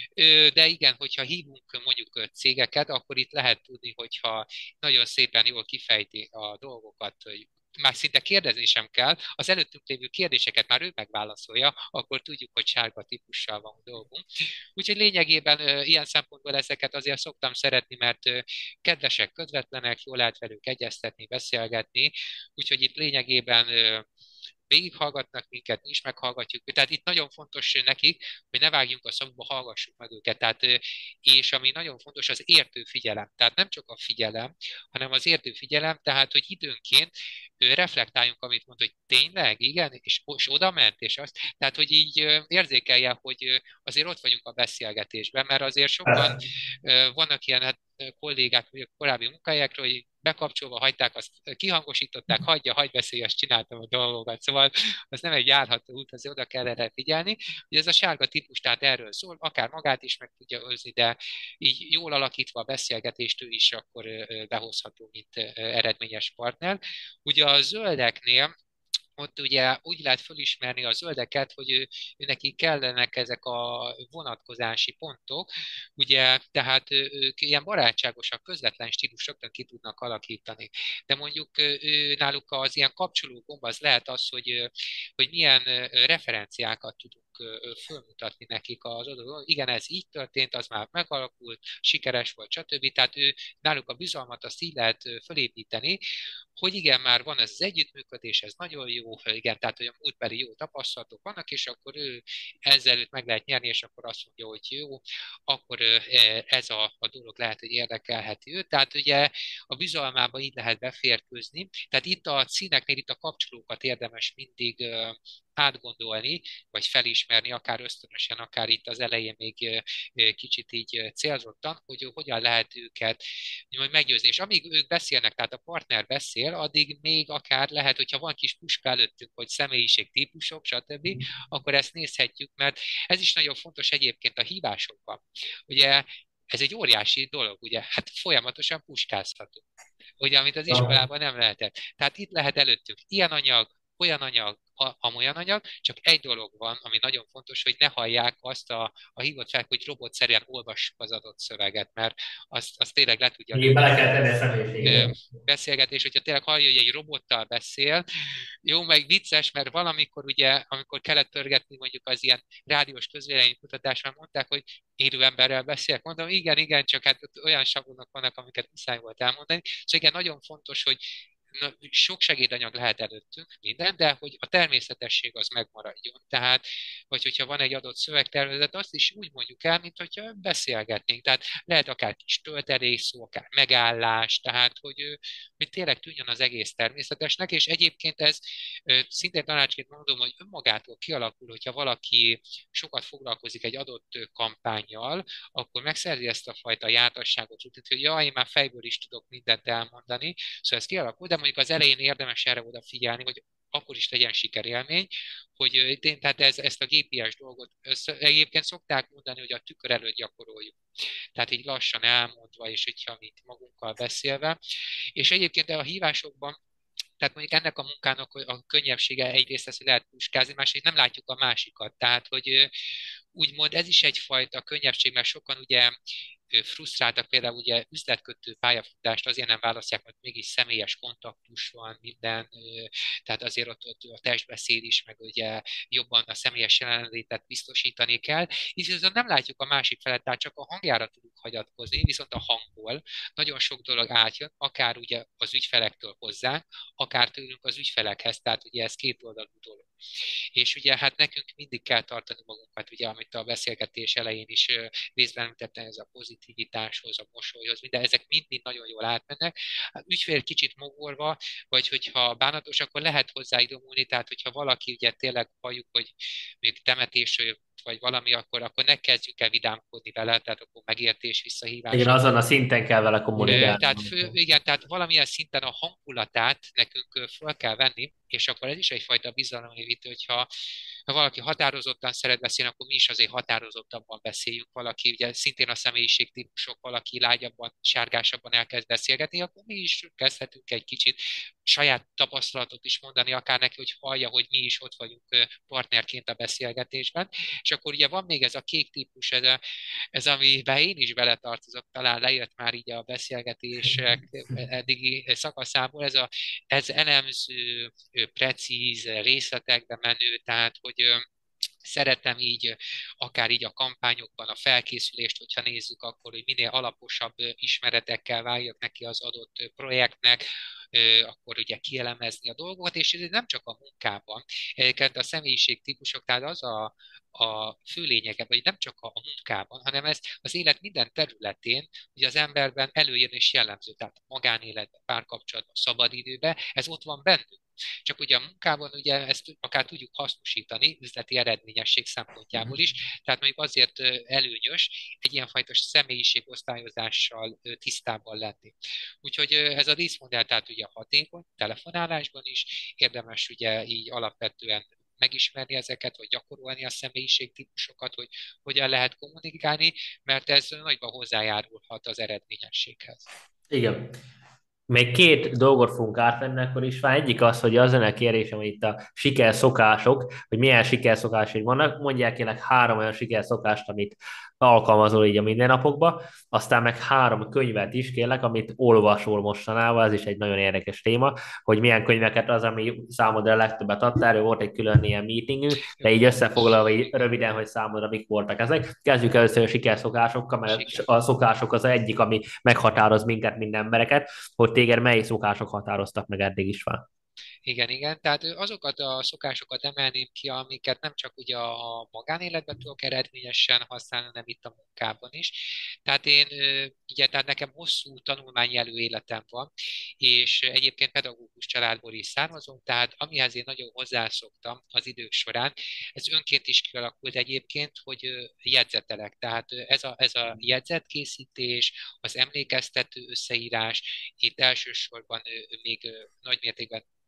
De igen, hogyha hívunk mondjuk cégeket, akkor itt lehet tudni, hogyha nagyon szépen jól kifejti a dolgokat, hogy már szinte kérdezni sem kell, az előttünk lévő kérdéseket már ő megválaszolja, akkor tudjuk, hogy sárga típussal van dolgunk. Úgyhogy lényegében ilyen szempontból ezeket azért szoktam szeretni, mert kedvesek, közvetlenek, jól lehet velük egyeztetni, beszélgetni, úgyhogy itt lényegében végighallgatnak minket, mi is meghallgatjuk. Tehát itt nagyon fontos nekik, hogy ne vágjunk a szavukba, hallgassuk meg őket. Tehát, és ami nagyon fontos, az értő figyelem. Tehát nem csak a figyelem, hanem az értő figyelem, tehát, hogy időnként reflektáljunk, amit mond, hogy tényleg, igen, és, és oda ment, és azt. Tehát, hogy így érzékelje, hogy azért ott vagyunk a beszélgetésben, mert azért sokan Persze. vannak ilyen hát, kollégák, vagy a korábbi munkahelyekről, hogy bekapcsolva hagyták, azt kihangosították, hagyja, hagyj beszélj, azt csináltam a dolgokat. Szóval az nem egy járható út, azért oda kell erre figyelni. Ugye ez a sárga típus, tehát erről szól, akár magát is meg tudja őzni, de így jól alakítva a beszélgetést ő is akkor behozható, mint eredményes partner. Ugye a zöldeknél ott ugye úgy lehet fölismerni a zöldeket, hogy ő, ő neki kellenek ezek a vonatkozási pontok, ugye, tehát ők ilyen barátságosak, közvetlen stílus rögtön ki tudnak alakítani. De mondjuk ő, náluk az ilyen kapcsoló gomb az lehet az, hogy, hogy milyen referenciákat tudunk fölmutatni nekik az adott. Igen, ez így történt, az már megalakult, sikeres volt, stb. Tehát ő, náluk a bizalmat azt így lehet fölépíteni, hogy igen, már van ez az együttműködés, ez nagyon jó, igen, tehát hogy a múltbeli jó tapasztalatok vannak, és akkor ő ezzel őt meg lehet nyerni, és akkor azt mondja, hogy jó, akkor ez a, a dolog lehet, hogy érdekelheti őt. Tehát ugye a bizalmába így lehet beférkőzni. Tehát itt a színeknél, itt a kapcsolókat érdemes mindig átgondolni, vagy felismerni, akár ösztönösen, akár itt az elején még kicsit így célzottan, hogy hogyan lehet őket majd meggyőzni. És amíg ők beszélnek, tehát a partner beszél, addig még akár lehet, hogyha van kis puska előttünk, hogy személyiségtípusok, stb., akkor ezt nézhetjük, mert ez is nagyon fontos egyébként a hívásokban. Ugye ez egy óriási dolog, ugye, hát folyamatosan puskázhatunk, ugye, amit az iskolában nem lehetett. Tehát itt lehet előttünk ilyen anyag, olyan anyag, a- amolyan anyag, csak egy dolog van, ami nagyon fontos, hogy ne hallják azt a, a hívott fel, hogy robotszerűen olvassuk az adott szöveget, mert azt, azt tényleg le tudja Igen, lőni bele az kell ilyen tenni a ö, személyiséget. beszélgetés, hogyha tényleg hallja, hogy egy robottal beszél, jó, meg vicces, mert valamikor ugye, amikor kellett törgetni mondjuk az ilyen rádiós közvéleménykutatásban, mondták, hogy élő emberrel beszélek. Mondom, igen, igen, csak hát ott olyan sablonok vannak, amiket muszáj volt elmondani. Szóval igen, nagyon fontos, hogy na, sok segédanyag lehet előttünk, minden, de hogy a természetesség az megmaradjon. Tehát, vagy hogyha van egy adott szövegtervezet, azt is úgy mondjuk el, mint hogyha beszélgetnénk. Tehát lehet akár kis töltelék szó, akár megállás, tehát hogy, ö, hogy tényleg tűnjön az egész természetesnek, és egyébként ez ö, szintén tanácsként mondom, hogy önmagától kialakul, hogyha valaki sokat foglalkozik egy adott ö, kampányjal, akkor megszerzi ezt a fajta jártasságot, rutinot, hogy jaj, én már fejből is tudok mindent elmondani, szóval ez kialakul, de mondjuk az elején érdemes erre odafigyelni, hogy akkor is legyen sikerélmény, hogy ö, én, tehát ez, ezt a gé pé es dolgot, össze, egyébként szokták mondani, hogy a tükör előtt gyakoroljuk. Tehát így lassan elmondva, és hogyha mint magunkkal beszélve. És egyébként a hívásokban tehát mondjuk ennek a munkának a könnyebbsége egyrészt az, hogy lehet puskázni, másrészt nem látjuk a másikat. Tehát, hogy ö, úgymond ez is egyfajta könnyebbség, mert sokan ugye ö, frusztráltak például ugye üzletkötő pályafutást azért nem választják, mert mégis személyes kontaktus van minden, ö, tehát azért ott, ott a testbeszéd is, meg ugye jobban a személyes jelenlétet biztosítani kell. Így viszont nem látjuk a másik felet, tehát csak a hangjára tudunk hagyatkozni, viszont a hangból nagyon sok dolog átjön, akár ugye az ügyfelektől hozzánk, akár tőlünk az ügyfelekhez, tehát ugye ez két oldalú dolog. És ugye hát nekünk mindig kell tartani magunkat, ugye, amit a beszélgetés elején is ö, részben említettem, ez a pozitivitáshoz, a mosolyhoz, minden, ezek mind-mind nagyon jól átmennek. Hát ügyfél kicsit mogorva, vagy hogyha bánatos, akkor lehet hozzá idomulni, tehát hogyha valaki ugye tényleg halljuk, hogy még temetés vagy valami, akkor, akkor ne kezdjük el vidámkodni vele, tehát akkor megértés, visszahívás, Igen, egy azon a szinten kell vele Ö, kommunikálni. Tehát, fő, igen, tehát valamilyen szinten a hangulatát nekünk ö, fel kell venni, és akkor ez is egyfajta bizalomépítő, hogyha ha valaki határozottan szeret beszélni, akkor mi is azért határozottabban beszéljünk. Valaki ugye szintén a személyiségtípusok, valaki lágyabban, sárgásabban elkezd beszélgetni, akkor mi is kezdhetünk egy kicsit saját tapasztalatot is mondani, akár neki, hogy hallja, hogy mi is ott vagyunk ö, partnerként a beszélgetésben. És akkor ugye van még ez a kék típus, ez a ez, amiben én is beletartozok, talán lejött már így a beszélgetések eddigi szakaszából, ez, a, ez elemző, precíz, részletekbe menő, tehát hogy szeretem így, akár így a kampányokban a felkészülést, hogyha nézzük, akkor, hogy minél alaposabb ismeretekkel váljak neki az adott projektnek, akkor ugye kielemezni a dolgokat, és ez nem csak a munkában. Egyébként a személyiségtípusok, tehát az a, a fő lényege, vagy nem csak a munkában, hanem ez az élet minden területén, hogy az emberben előjön és jellemző, tehát a magánéletben, párkapcsolatban, szabadidőben, ez ott van bennünk. Csak ugye a munkában ugye ezt akár tudjuk hasznosítani üzleti eredményesség szempontjából is, tehát mondjuk azért előnyös egy ilyenfajta személyiségosztályozással tisztában lenni. Úgyhogy ez a díszmodell, tehát ugye hatékony, telefonálásban is érdemes ugye így alapvetően megismerni ezeket, vagy gyakorolni a személyiségtípusokat, hogy hogyan lehet kommunikálni, mert ez nagyban hozzájárulhat az eredményességhez. Igen. Még két dolgot fogunk átvenni akkor is. Van egyik az, hogy az önök kérésem, hogy itt a sikerszokások, hogy milyen sikerszokásai vannak. Mondják kérlek három olyan sikerszokást, amit alkalmazol így a mindennapokban, aztán meg három könyvet is kérlek, amit olvasol mostanában, ez is egy nagyon érdekes téma, hogy milyen könyveket az, ami számodra a legtöbbet adta, erről volt egy külön ilyen meetingünk, de így összefoglalva így röviden, hogy számodra mik voltak ezek. Kezdjük először a sikerszokásokkal, mert Siker. a szokások az egyik, ami meghatároz minket, minden embereket, hogy téged mely szokások határoztak meg eddig is van. Igen, igen. Tehát azokat a szokásokat emelném ki, amiket nem csak ugye a magánéletben tudok eredményesen használni, hanem itt a munkában is. Tehát én, ö, ugye, tehát nekem hosszú tanulmányi előéletem van, és egyébként pedagógus családból is származom, tehát amihez én nagyon hozzászoktam az idők során, ez önként is kialakult egyébként, hogy ö, jegyzetelek. Tehát ö, ez a, ez a jegyzetkészítés, az emlékeztető összeírás, itt elsősorban ö, még ö, nagy mértékben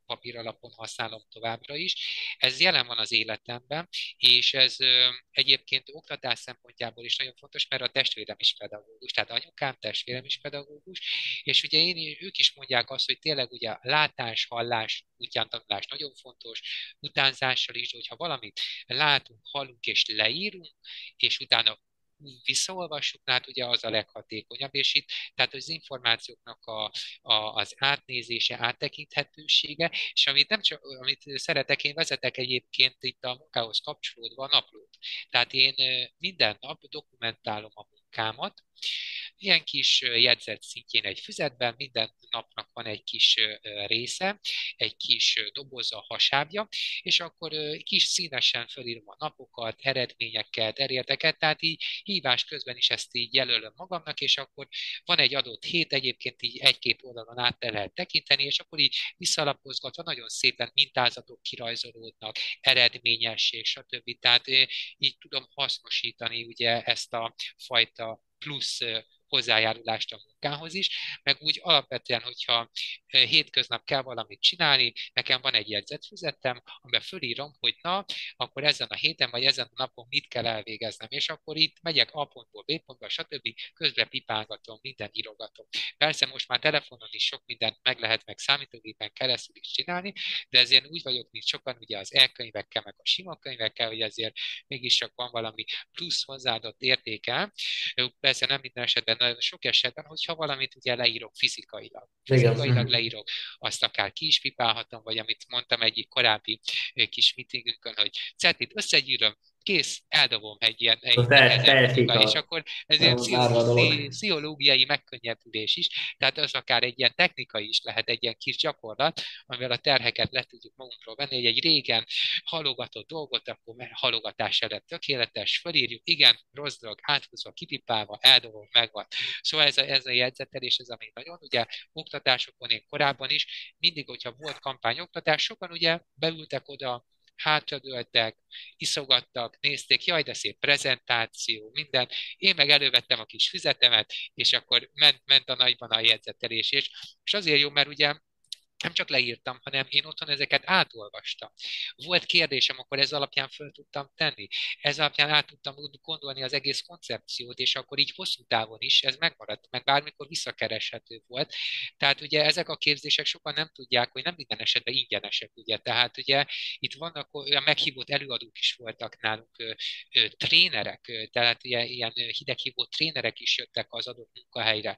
papíralapon használom továbbra is. Ez jelen van az életemben, és ez ö, egyébként oktatás szempontjából is nagyon fontos, mert a testvérem is pedagógus, tehát anyukám testvérem is pedagógus, és ugye én, ők is mondják azt, hogy tényleg ugye látás, hallás, útján tanulás nagyon fontos, utánzással is, hogyha valamit látunk, hallunk és leírunk, és utána visszaolvassuk, hát ugye az a leghatékonyabb, és itt tehát az információknak a, a, az átnézése, áttekinthetősége, és amit, nem csak, amit szeretek, én vezetek egyébként itt a munkához kapcsolódva a naplót. Tehát én minden nap dokumentálom a munkámat, ilyen kis jegyzet szintjén egy füzetben, minden napnak van egy kis része, egy kis doboza, hasábja, és akkor kis színesen felírom a napokat, eredményeket, elérteket, tehát így hívás közben is ezt így jelölöm magamnak, és akkor van egy adott hét, egyébként így egy-két oldalon át el lehet tekinteni, és akkor így visszalapozgatva nagyon szépen mintázatok kirajzolódnak, eredményesség, stb. Tehát így tudom hasznosítani ugye ezt a fajta plusz hozzájárulást a munkához is, meg úgy alapvetően, hogyha hétköznap kell valamit csinálni, nekem van egy jegyzetfüzetem, amiben fölírom, hogy na, akkor ezen a héten vagy ezen a napon mit kell elvégeznem, és akkor itt megyek A pontból B pontba, stb. Közben pipálgatom, minden írogatom. Persze most már telefonon is sok mindent meg lehet, meg számítógépen keresztül is csinálni, de ezért úgy vagyok, mint sokan ugye az e-könyvekkel, meg a sima könyvekkel, hogy azért mégiscsak van valami plusz hozzáadott értéke. Persze nem minden esetben, de sok esetben, hogyha valamit ugye leírok fizikailag. Igen. Fizikailag Mhm. leírok, azt akár ki is pipálhatom, vagy amit mondtam egyik korábbi kis meetingünkön, hogy cetit összegyűröm, kész, eldobom egy ilyen egy Akkor te, nehezebb teljesít munka, és a, akkor ez ilyen a várva a dolog. pszichológiai megkönnyebbülés is, tehát az akár egy ilyen technikai is lehet, egy ilyen kis gyakorlat, amivel a terheket le tudjuk magunkról venni, hogy egy régen halogatott dolgot, akkor halogatás előtt tökéletes, fölírjuk, igen, rossz dolog, áthúzva, kipipálva, eldobom, megvan. Szóval ez a, ez a jegyzetelés, ez ami nagyon, ugye oktatásokon én korábban is, mindig, hogyha volt kampányoktatás, sokan ugye beültek oda, hátradőltek, iszogattak, nézték, jaj, de szép prezentáció, minden. Én meg elővettem a kis füzetemet, és akkor ment, ment a nagyban a jegyzetelés. És, és azért jó, mert ugye nem csak leírtam, hanem én otthon ezeket átolvastam. Volt kérdésem, akkor ez alapján föl tudtam tenni. Ez alapján át tudtam gondolni az egész koncepciót, és akkor így hosszú távon is ez megmaradt, meg bármikor visszakereshető volt. Tehát ugye ezek a képzések sokan nem tudják, hogy nem minden esetben ingyenesek, ugye. Tehát ugye itt vannak olyan meghívott előadók is voltak nálunk, ö, ö, trénerek, ö, tehát ugye, ilyen hideghívó trénerek is jöttek az adott munkahelyre.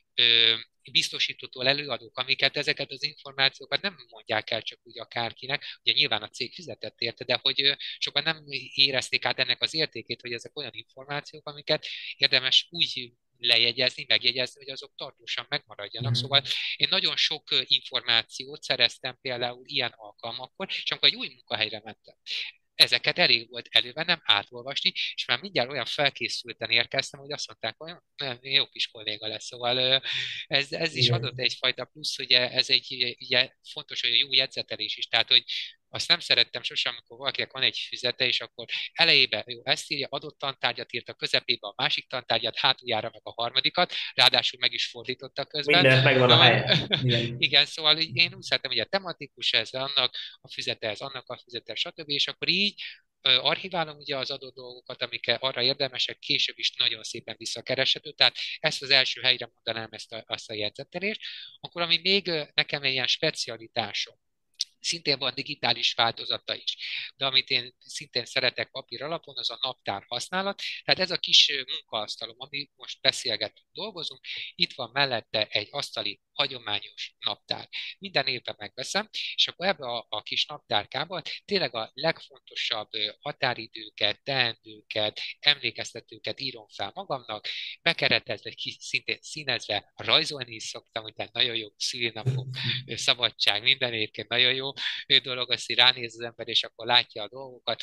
Ö, biztosítótól előadók, amiket ezeket az információkat nem mondják el csak úgy akárkinek, ugye nyilván a cég fizetett érte, de hogy sokan nem érezték át ennek az értékét, hogy ezek olyan információk, amiket érdemes úgy lejegyezni, megjegyezni, hogy azok tartósan megmaradjanak. Szóval Mhm. én nagyon sok információt szereztem például ilyen alkalmakkor, és amikor egy új munkahelyre mentem, ezeket elég volt elővennem, átolvasni, és már mindjárt olyan felkészülten érkeztem, hogy azt mondták, hogy nem, jó kis kolléga lesz. Szóval ez, ez is adott Igen. egyfajta plusz, ugye ez egy ugye, fontos, hogy a jó jegyzetelés is, tehát hogy azt nem szerettem sosem, amikor valakinek van egy füzete, és akkor elejébe jó, ezt írja, adott tantárgyat írt a közepébe a másik tantárgyat, hátuljára meg a harmadikat, ráadásul meg is fordította közben. Mindenek megvan a Na, helye. Igen. igen, szóval én úgy szeretem, hogy a tematikus ez, annak a füzete ez, annak a füzete, stb. És akkor így archiválom ugye az adott dolgokat, amik arra érdemesek, később is nagyon szépen visszakereshető. Tehát ezt az első helyre mondanám ezt a, azt a jegyzettelést. Akkor ami még nekem egy ilyen specialitásom, szintén van digitális változata is. De amit én szintén szeretek papír alapon, az a naptár használat. Tehát ez a kis munkaasztalom, ami most beszélgetünk, dolgozunk, itt van mellette egy asztali hagyományos naptár. Minden évben megveszem, és akkor ebbe a, a kis naptárkába tényleg a legfontosabb határidőket, teendőket, emlékeztetőket írom fel magamnak, bekeretezve, szintén színezve, rajzolni is szoktam, hogy nagyon jó szülinapok, szabadság, minden egyébként nagyon jó dolog, azt így ránéz az ember, és akkor látja a dolgokat,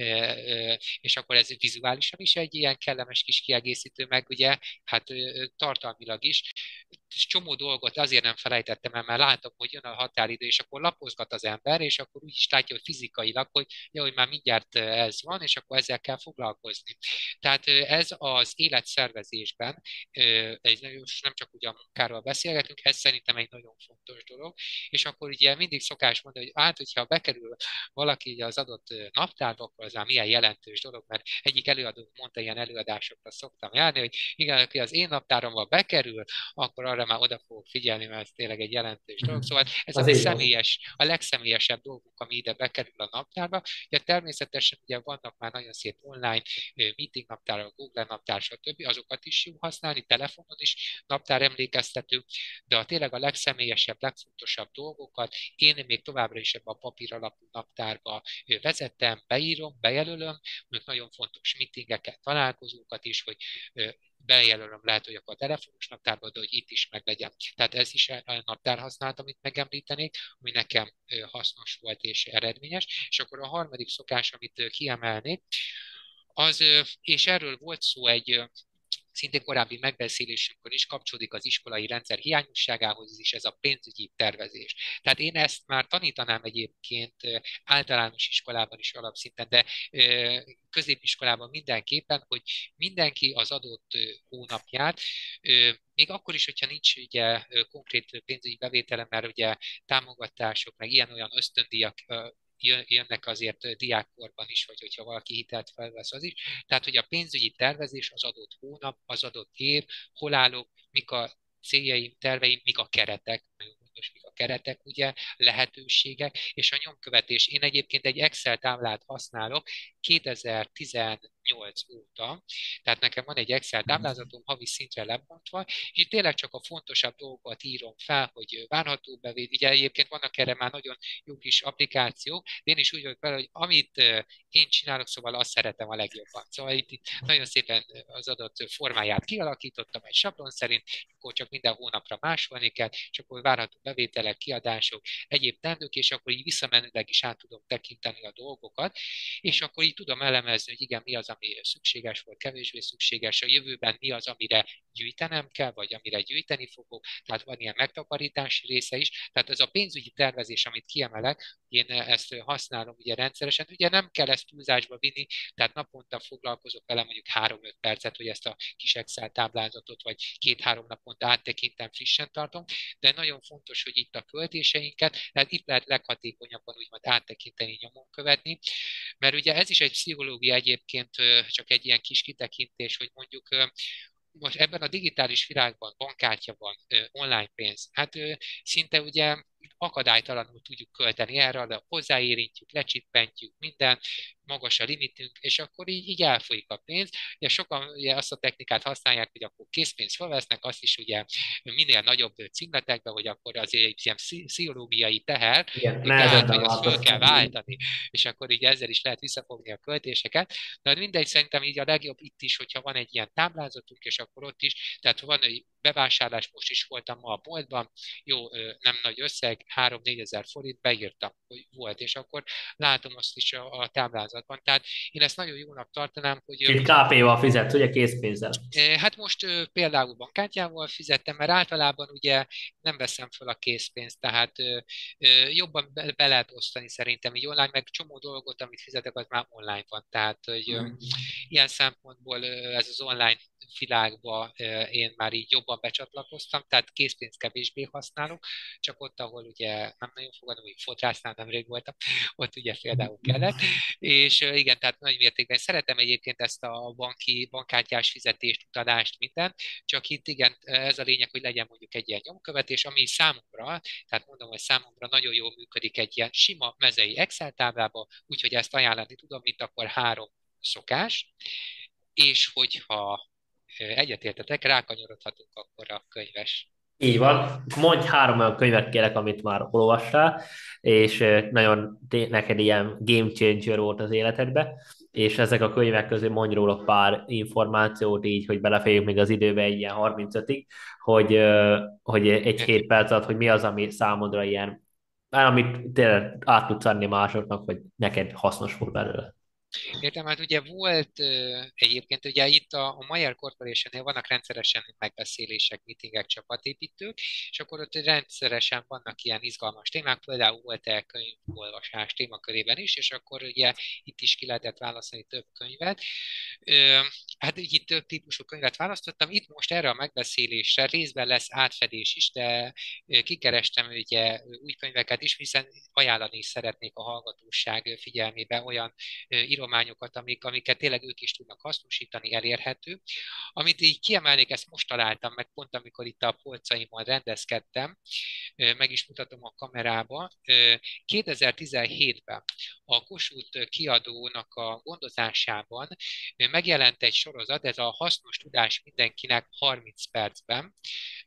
és akkor ez vizuálisan is egy ilyen kellemes kis kiegészítő, meg ugye, hát tartalmilag is. csomó dolgot azért nem felejtettem el, mert látom, hogy jön a határidő, és akkor lapozgat az ember, és akkor úgy is látja, hogy fizikailag, hogy, ja, hogy már mindjárt ez van, és akkor ezzel kell foglalkozni. Tehát ez az életszervezésben, ez nem csak ugye a munkáról beszélgetünk, ez szerintem egy nagyon fontos dolog, és akkor ugye mindig szokás mondani, hogy hát, hogyha bekerül valaki ugye az adott naptárba, akkor az már milyen jelentős dolog, mert egyik előadó mondta, ilyen előadásokra szoktam járni, hogy igen, aki az én naptáromba bekerül, akkor arra már oda fogok figyelni, mert ez tényleg egy jelentős dolog. Mhm. Szóval ez a Az mi így van. személyes, a legszemélyesebb dolgunk, ami ide bekerül a naptárba. Ugye természetesen ugye vannak már nagyon szép online meeting naptár, Google naptár, stb. Azokat is jó használni, telefonon is naptár emlékeztető, de a tényleg a legszemélyesebb, legfontosabb dolgokat én még továbbra is ebben a papír alapú naptárba vezettem, beírom, bejelölöm, mondjuk nagyon fontos meetingeket, találkozókat is, hogy bejelölöm, lehet, hogy akkor a telefonos naptárba, de hogy itt is meglegyen. Tehát ez is a naptár használat, amit megemlítenék, ami nekem hasznos volt és eredményes. És akkor a harmadik szokás, amit kiemelnék, az, és erről volt szó egy szintén korábbi megbeszélésünkön is kapcsolódik az iskolai rendszer hiányosságához is ez a pénzügyi tervezés. Tehát én ezt már tanítanám egyébként általános iskolában is alapszinten, de középiskolában mindenképpen, hogy mindenki az adott hónapját, még akkor is, hogyha nincs ugye konkrét pénzügyi bevétele, mert ugye támogatások, meg ilyen-olyan ösztöndíjak jönnek azért diákkorban is, vagy hogyha valaki hitelt felvesz az is. Tehát, hogy a pénzügyi tervezés az adott hónap, az adott év, hol állok, mik a céljaim, terveim, mik a keretek, nagyon fontos, mik a keretek, ugye, lehetőségek, és a nyomkövetés. Én egyébként egy Excel táblát használok kétezer-tizennyolc óta, tehát nekem van egy Excel táblázatom, havi szintre lebontva, és itt tényleg csak a fontosabb dolgokat írom fel, hogy várható bevétel, ugye egyébként vannak erre már nagyon jó kis applikációk, de én is úgy vagyok vele, hogy amit én csinálok, szóval azt szeretem a legjobban. Szóval itt, itt nagyon szépen az adott formáját kialakítottam egy sablon szerint, akkor csak minden hónapra másolni kell, és akkor várható bevételek, kiadások, egyéb tendők, és akkor így visszamenőleg is át tudom tekinteni a dolgokat, és akkor így tudom elemezni, hogy igen, mi az, ami szükséges volt, kevésbé szükséges, a jövőben mi az, amire gyűjtenem kell, vagy amire gyűjteni fogok, tehát van ilyen megtakarítási része is, tehát ez a pénzügyi tervezés, amit kiemelek, én ezt használom ugye rendszeresen, ugye nem kell ezt túlzásba vinni, tehát naponta foglalkozok vele mondjuk három-öt percet, hogy ezt a kis Excel táblázatot, vagy két-három naponta áttekintem, frissen tartom, de nagyon fontos, hogy itt a költéseinket, tehát itt lehet leghatékonyabban úgymond áttekinteni, nyomon követni, mert ugye ez is egy pszichológia egyébként, csak egy ilyen kis kitekintés, hogy mondjuk most ebben a digitális világban, bankkártya online pénz, hát szinte ugye akadálytalanul tudjuk költeni erre, de hozzáérintjük, lecsippentjük minden, magas a limitünk, és akkor így, így elfolyik a pénz. Ugye sokan ugye azt a technikát használják, hogy akkor készpénzt felvesznek, azt is ugye minél nagyobb címletekbe, hogy akkor azért egy ilyen pszichológiai teher, Igen, tehát, nehezebben hogy azt föl kell változtatni. váltani, és akkor így ezzel is lehet visszafogni a költéseket. De mindegy, szerintem így a legjobb itt is, hogyha van egy ilyen táblázatunk, és akkor ott is, tehát van egy bevásárlás, most is voltam ma a boltban, jó, nem nagy összeg, három-négy ezer forint, beírtam, hogy volt, és akkor látom azt is a, a táblázatban. Tehát én ezt nagyon jónak tartanám, hogy Itt ká pé-val fizetsz, ugye készpénzzel. hát most például bankkártyával fizettem, mert általában ugye nem veszem fel a készpénzt, tehát jobban be, be lehet osztani szerintem így online, meg csomó dolgot, amit fizetek, az már online van. Tehát hogy ilyen szempontból ez az online világba én már így jobban becsatlakoztam, tehát készpénzt kevésbé használok, csak ott, ahol ugye nem nagyon fogadom, hogy fodrásznál nemrég voltam, ott ugye például kellett, és igen, tehát nagy mértékben szeretem egyébként ezt a banki, bankkártyás fizetést, utalást, mindent, csak itt igen, ez a lényeg, hogy legyen mondjuk egy ilyen nyomkövetés, ami számomra, tehát mondom, hogy számomra nagyon jól működik egy ilyen sima mezei Excel táblába, úgyhogy ezt ajánlani tudom, mint akkor három szokás, és hogyha egyetértetek, rákanyarodhatunk akkor a könyves. Így van. Mondj három olyan könyvet kérek, amit már olvassál, és nagyon té- neked ilyen game changer volt az életedbe, és ezek a könyvek közül mondj róla pár információt, így, hogy beleférjük még az időbe egy ilyen harmincötig, hogy, hogy egy hét perc alatt, hogy mi az, ami számodra ilyen, amit tényleg át tudsz adni másoknak, hogy neked hasznos volt belőle. Értem, hát ugye volt ö, egyébként, ugye itt a, a Mayer Corporation-nél vannak rendszeresen megbeszélések, meetingek, csapatépítők, és akkor ott rendszeresen vannak ilyen izgalmas témák, például volt-e könyvolvasás témakörében is, és akkor ugye itt is ki lehetett választani több könyvet. Ö, hát így itt több típusú könyvet választottam, itt most erre a megbeszélésre részben lesz átfedés is, de ö, kikerestem ugye új könyveket is, hiszen ajánlani is szeretnék a hallgatóság figyelmébe olyan írományokat, amik, amiket tényleg ők is tudnak hasznosítani, elérhető. Amit így kiemelnék, ezt most találtam meg, pont amikor itt a polcaimon rendezkedtem, meg is mutatom a kamerába. kétezer-tizenhétben a Kossuth kiadónak a gondozásában megjelent egy sorozat, ez a hasznos tudás mindenkinek harminc percben.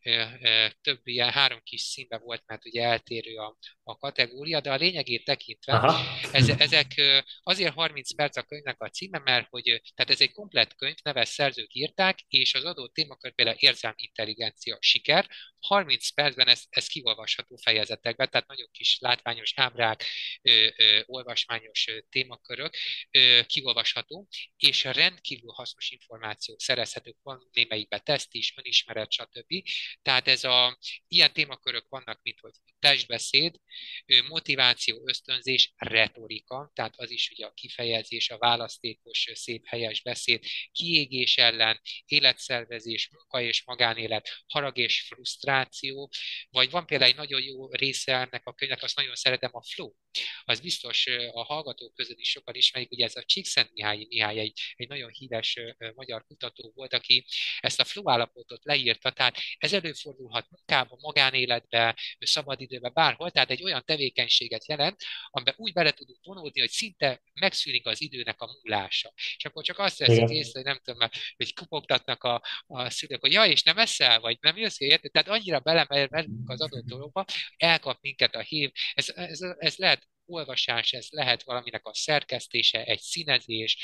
Több ilyen három kis színben volt, mert ugye eltérő a, a kategória, de a lényegét tekintve Aha. ez, ezek azért harminc perc a könyvnek a címe, mert hogy tehát ez egy komplett könyv, neves szerzők írták, és az adott témakör például érzelmi intelligencia, siker, harminc percben ez, ez kiolvasható fejezetekben, tehát nagyon kis látványos ábrák, ö, ö, olvasmányos ö, témakörök ö, kiolvasható, és rendkívül hasznos információk szerezhetők, van némelyikben teszt is, önismeret, stb. Tehát ez a, ilyen témakörök vannak, mint hogy testbeszéd, motiváció, ösztönzés, retorika, tehát az is ugye a kifejezés, a választékos, szép, helyes beszéd, kiégés ellen, életszervezés, munka és magánélet, harag és frusztráció, vagy van például egy nagyon jó része ennek a könyvnek, azt nagyon szeretem, a flow. Az biztos a hallgatók között is sokan ismerik, ugye ez a Csíkszentmihalyi Mihály egy, egy nagyon híres magyar kutató volt, aki ezt a flow állapotot leírta, tehát ez előfordulhat munkában, magánéletben, szabadidőben, bárhol, tehát egy olyan tevékenységet jelent, amiben úgy bele tudunk vonódni, hogy szinte megszűnik az időnek a múlása. És akkor csak azt veszik Igen. észre, hogy nem tudom, hogy kupogtatnak a, a szülők, hogy ja, és nem eszel, vagy nem jössz, érted? Tehát annyira belemerülünk az adott dologba, elkap minket a hív. Ez, ez, ez lehet olvasás, ez lehet valaminek a szerkesztése, egy színezés,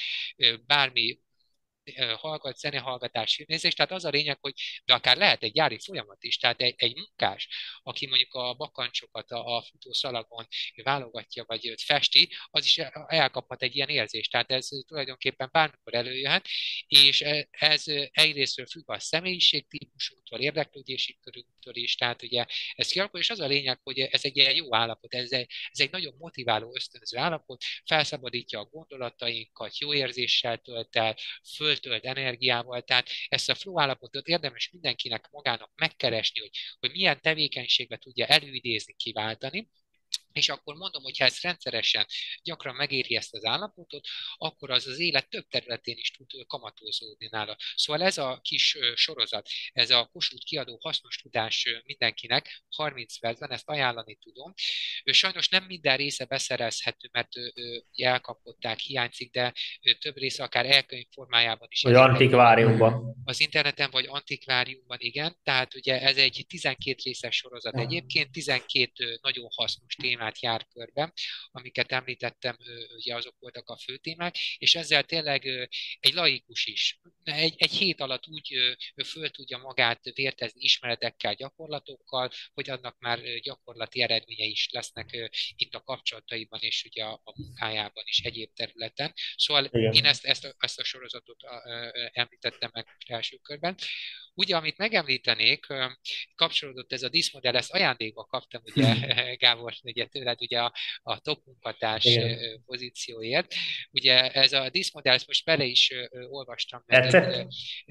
bármi hallgat, zenehallgatás, filmnézés, tehát az a lényeg, hogy de akár lehet egy gyári folyamat is, tehát egy, egy munkás, aki mondjuk a bakancsokat a, a futószalagon válogatja, vagy őt festi, az is elkaphat egy ilyen érzést, tehát ez tulajdonképpen bármikor előjöhet, és ez egyrésztről függ a személyiségtípusunktól, érdeklődési körünktől is, tehát ugye ez kialakul, és az a lényeg, hogy ez egy ilyen jó állapot, ez egy, ez egy nagyon motiváló, ösztönző állapot, felszabadítja a gondolatainkat, jó érzéssel tölt el, föltölt energiával, tehát ezt a flow állapotot érdemes mindenkinek magának megkeresni, hogy, hogy milyen tevékenységbe tudja előidézni, kiváltani, és akkor mondom, hogy ha ezt rendszeresen gyakran megéri ezt az állapotot, akkor az az élet több területén is tud kamatozódni nála. Szóval ez a kis sorozat, ez a Kossuth kiadó hasznos tudás mindenkinek, harminc percben, ezt ajánlani tudom. Sajnos nem minden része beszerezhető, mert elkapották, hiányzik, de több része akár elkönyv formájában is Vagy elérhető antikváriumban. az interneten vagy antikváriumban, igen. Tehát ugye ez egy tizenkét részes sorozat egyébként, tizenkét nagyon hasznos témát jár körbe, amiket említettem, ugye azok voltak a fő témák, és ezzel tényleg egy laikus is egy, egy hét alatt úgy föl tudja magát vértezni ismeretekkel, gyakorlatokkal, hogy annak már gyakorlati eredményei is lesznek itt a kapcsolataiban és ugye a, a munkájában is egyéb területen. Szóval én Igen. ezt, ezt, a, ezt a sorozatot említettem meg most első körben. Ugye, amit megemlítenék, kapcsolódott ez a díszmodell, ezt ajándékba kaptam, ugye, Gábor, ugye tőled ugye a, a top munkatárs Igen. pozícióért. Ugye ez a díszmodell, ezt most bele is olvastam, meg itt, Tetszett?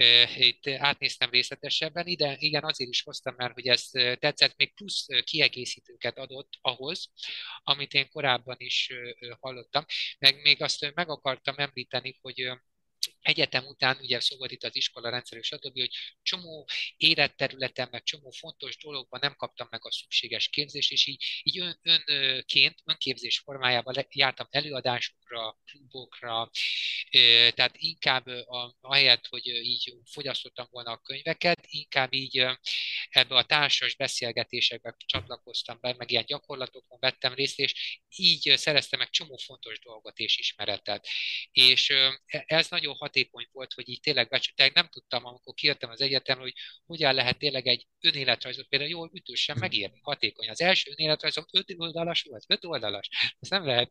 itt átnéztem részletesebben. Ide, igen, azért is hoztam, mert hogy ez tetszett, még plusz kiegészítőket adott ahhoz, amit én korábban is hallottam. Meg még azt meg akartam említeni, hogy egyetem után, ugye szó volt itt az iskola rendszer, stb., hogy csomó életterületen, meg csomó fontos dologban nem kaptam meg a szükséges képzést, és így, így ön, önként, önképzés formájában jártam előadásokra, klubokra, tehát inkább a, ahelyett, hogy így fogyasztottam volna a könyveket, inkább így ebbe a társas beszélgetésekbe csatlakoztam be, meg ilyen gyakorlatokon vettem részt, és így szereztem meg csomó fontos dolgot és ismeretet. És ez nagyon hatékony volt, hogy így tényleg becsültek. Nem tudtam, amikor kijöttem az egyetemről, hogy hogyan lehet tényleg egy önéletrajzot például jól ütősen megírni, hatékony. Az első önéletrajzom öt oldalas volt, öt oldalas. Ezt nem lehet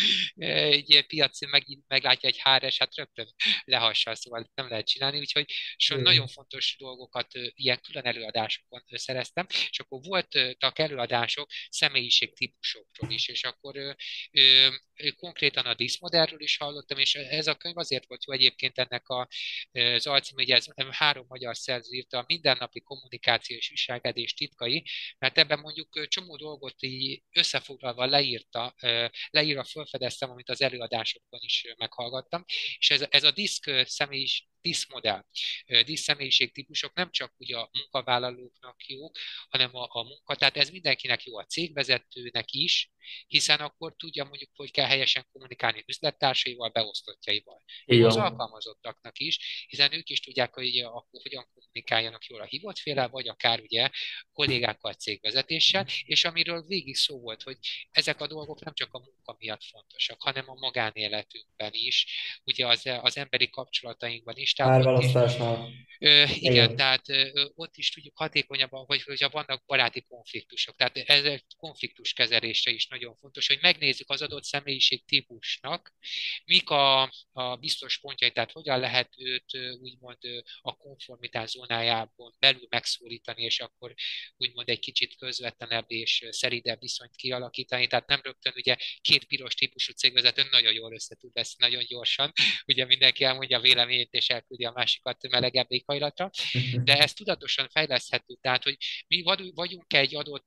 egy piacon meg, meglátja egy há er es, hát rögtön lehassal, szóval nem lehet csinálni, úgyhogy so, nagyon fontos dolgokat ilyen külön előadásokon szereztem, és akkor voltak előadások személyiségtípusokról is, és akkor ö, ö, konkrétan a diszmodellről is hallottam, és ez a könyv azért volt jó egyébként ennek a, az alcím, hogy ez három magyar szerző írta, a mindennapi kommunikáció és viselkedés titkai, mert ebben mondjuk csomó dolgot így összefoglalva leírta, leírva felfedeztem, amit az előadásokban is meghallgattam, és ez, ez a diszk személyis, diszmodell, diszszemélyiségtípusok nem csak ugye a munkavállalóknak jók, hanem a, a munka, tehát ez mindenkinek jó, a cégvezetőnek is, hiszen akkor tudja mondjuk, hogy kell helyesen kommunikálni üzlettársaival, beosztottjaival. Így Jó az van. alkalmazottaknak is, hiszen ők is tudják, hogy akkor hogyan kommunikáljanak jól a hívott félel, vagy akár ugye kollégákkal, cégvezetéssel, és amiről végig szó volt, hogy ezek a dolgok nem csak a munka miatt fontosak, hanem a magánéletünkben is, ugye az, az emberi kapcsolatainkban is, tehát ott is Árválasztásnál. Ö, igen, Igen. tehát ö, ott is tudjuk hatékonyabban, hogy hogyha vannak baráti konfliktusok. Tehát ez egy konfliktus kezelése is nagyon fontos, hogy megnézzük az adott személyiség típusnak, mik a, a biztos pontjai, tehát hogyan lehet őt ö, úgymond ö, a konformitás zónájában belül megszólítani, és akkor úgymond egy kicsit közvetlenebb és szeridebb viszonyt kialakítani. Tehát nem rögtön ugye két piros típusú cégvezető nagyon jól össze tud veszni, nagyon gyorsan. Ugye mindenki elmondja a véleményét, és elküldi a másikat melegebb éghajlatra, de ez tudatosan fejleszthető, tehát hogy mi vagyunk egy adott,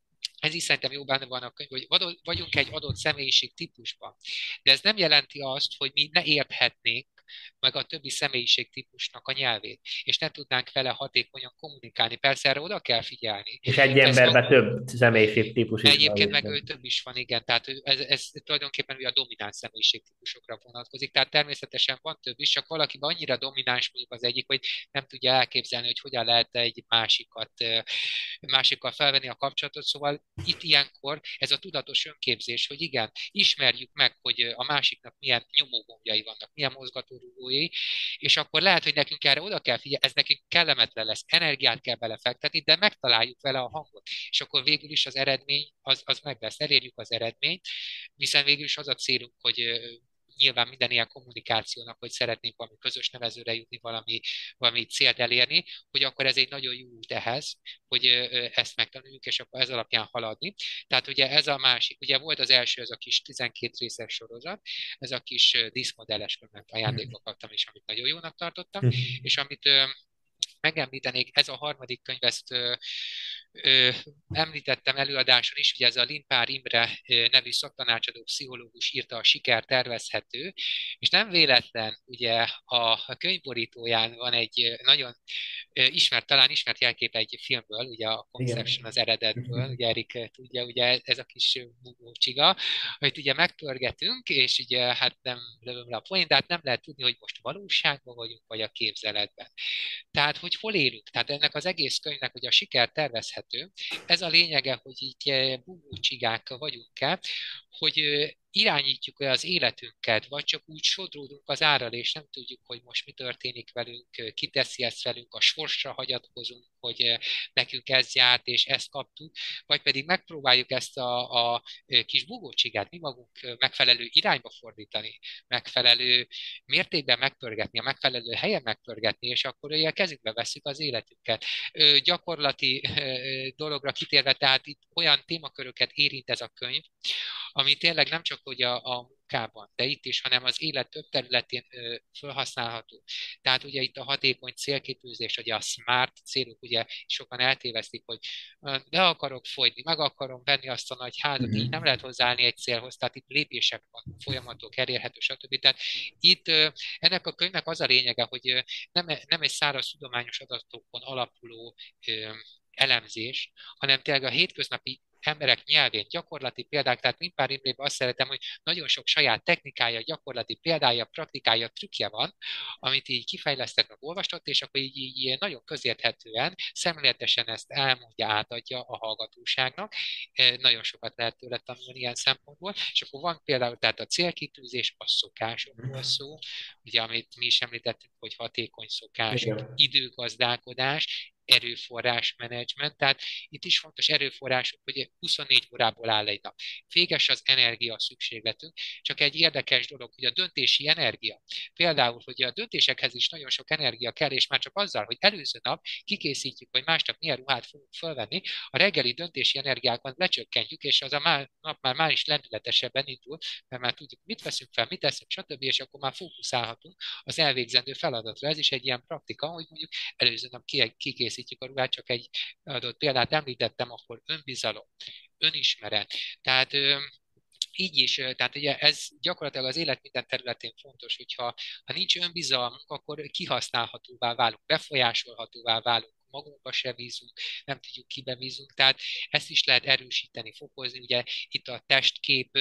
ez is szerintem jó benne van a könyv, hogy vagyunk egy adott személyiség típusban. De ez nem jelenti azt, hogy mi ne érthetnénk meg a többi személyiségtípusnak a nyelvét, és ne tudnánk vele hatékonyan kommunikálni. Persze erre oda kell figyelni. És egy Ez, emberben több személyiség típus is van. Egyébként meg ő több is van, igen, tehát ez, ez tulajdonképpen ugye a domináns személyiségtípusokra vonatkozik, tehát természetesen van több is, csak valakiben annyira domináns mondjuk az egyik, hogy nem tudja elképzelni, hogy hogyan lehet egy másikat, másikkal felvenni a kapcsolatot, szóval itt ilyenkor ez a tudatos önképzés, hogy igen, ismerjük meg, hogy a másiknak milyen nyomógombjai vannak, milyen mozgatórugói, és akkor lehet, hogy nekünk erre oda kell figyelni, ez nekünk kellemetlen lesz, energiát kell belefektetni, de megtaláljuk vele a hangot, és akkor végül is az eredmény az, az meg lesz, elérjük az eredményt, hiszen végül is az a célunk, hogy nyilván minden ilyen kommunikációnak, hogy szeretnénk valami közös nevezőre jutni, valami, valami célt elérni, hogy akkor ez egy nagyon jó út ehhez, hogy ezt megtanuljuk, és akkor ez alapján haladni. Tehát ugye ez a másik, ugye volt az első, ez a kis tizenkét részes sorozat, ez a kis diszmodelles könyvet ajándékba kaptam, és amit nagyon jónak tartottam, és amit megemlítenék, ez a harmadik könyv, ezt ö, ö, említettem előadáson is, ugye ez a Limpár Imre nevű szaktanácsadó pszichológus írta a Siker tervezhető, és nem véletlen, ugye a, a könyvborítóján van egy nagyon ismert, talán ismert jelkép egy filmből, ugye a Conception az eredetből, ugye Erik tudja, ugye ez a kis bugócsiga, hogy ugye megpörgetünk, és ugye hát nem lövöm le a poén, de hát nem lehet tudni, hogy most valóságban vagyunk, vagy a képzeletben. Tehát, hogy hol élünk. Tehát ennek az egész könyvnek, hogy a siker tervezhető, ez a lényege, hogy így bugócsigák vagyunk-e, hogy irányítjuk -e az életünket, vagy csak úgy sodródunk az árral, és nem tudjuk, hogy most mi történik velünk, ki teszi ezt velünk, a sorsra hagyatkozunk, hogy nekünk ez járt, és ezt kaptuk, vagy pedig megpróbáljuk ezt a, a kis bugócsigát mi magunk megfelelő irányba fordítani, megfelelő mértékben megpörgetni, a megfelelő helyen megpörgetni, és akkor ugye kezünkbe veszük az életünket. Gyakorlati dologra kitérve, tehát itt olyan témaköröket érint ez a könyv, ami tényleg nem csak hogy a, a munkában, de itt is, hanem az élet több területén ö, felhasználható. Tehát ugye itt a hatékony célkitűzés, ugye a smart célok, ugye sokan eltévesztik, hogy ö, le akarok fogyni, meg akarom venni azt a nagy házat, így nem lehet hozzáállni egy célhoz, tehát itt lépések van, folyamatok elérhető, stb. Tehát itt ö, ennek a könyvnek az a lényege, hogy ö, nem, nem egy száraz tudományos adatokon alapuló ö, elemzés, hanem tényleg a hétköznapi emberek nyelvén, gyakorlati példák, tehát Limpár Imrében azt szeretem, hogy nagyon sok saját technikája, gyakorlati példája, praktikája, trükkje van, amit így kifejlesztett, meg olvastott, és akkor így, így nagyon közérthetően, szemléletesen ezt elmondja, átadja a hallgatóságnak. Nagyon sokat lehet tőle tanulni ilyen szempontból, és akkor van például tehát a célkitűzés, a szokásokról szó, ugye amit mi is említettünk, hogy hatékony szokások, Igen. időgazdálkodás, erőforrás menedzsment, tehát itt is fontos erőforrások, hogy huszonnégy órából áll egy nap. Véges az energia szükségletünk, csak egy érdekes dolog, hogy a döntési energia, például, hogy a döntésekhez is nagyon sok energia kell, és már csak azzal, hogy előző nap kikészítjük, hogy másnap milyen ruhát fogunk fölvenni, a reggeli döntési energiákat lecsökkentjük, és az a má, nap már, már is lendületesebben indul, mert már tudjuk, mit veszünk fel, mit teszünk, stb., és akkor már fókuszálhatunk az elvégzendő feladatra. Ez is egy ilyen praktika, hogy mondjuk előző nap kikészítjük a ruhát, csak egy adott példát említettem, akkor önbizalom, önismeret. Tehát így is, tehát ugye ez gyakorlatilag az élet minden területén fontos, hogyha ha nincs önbizalmunk, akkor kihasználhatóvá válunk, befolyásolhatóvá válunk, magunkba se bízunk, nem tudjuk, kibe bízunk, tehát ezt is lehet erősíteni, fokozni, ugye itt a testkép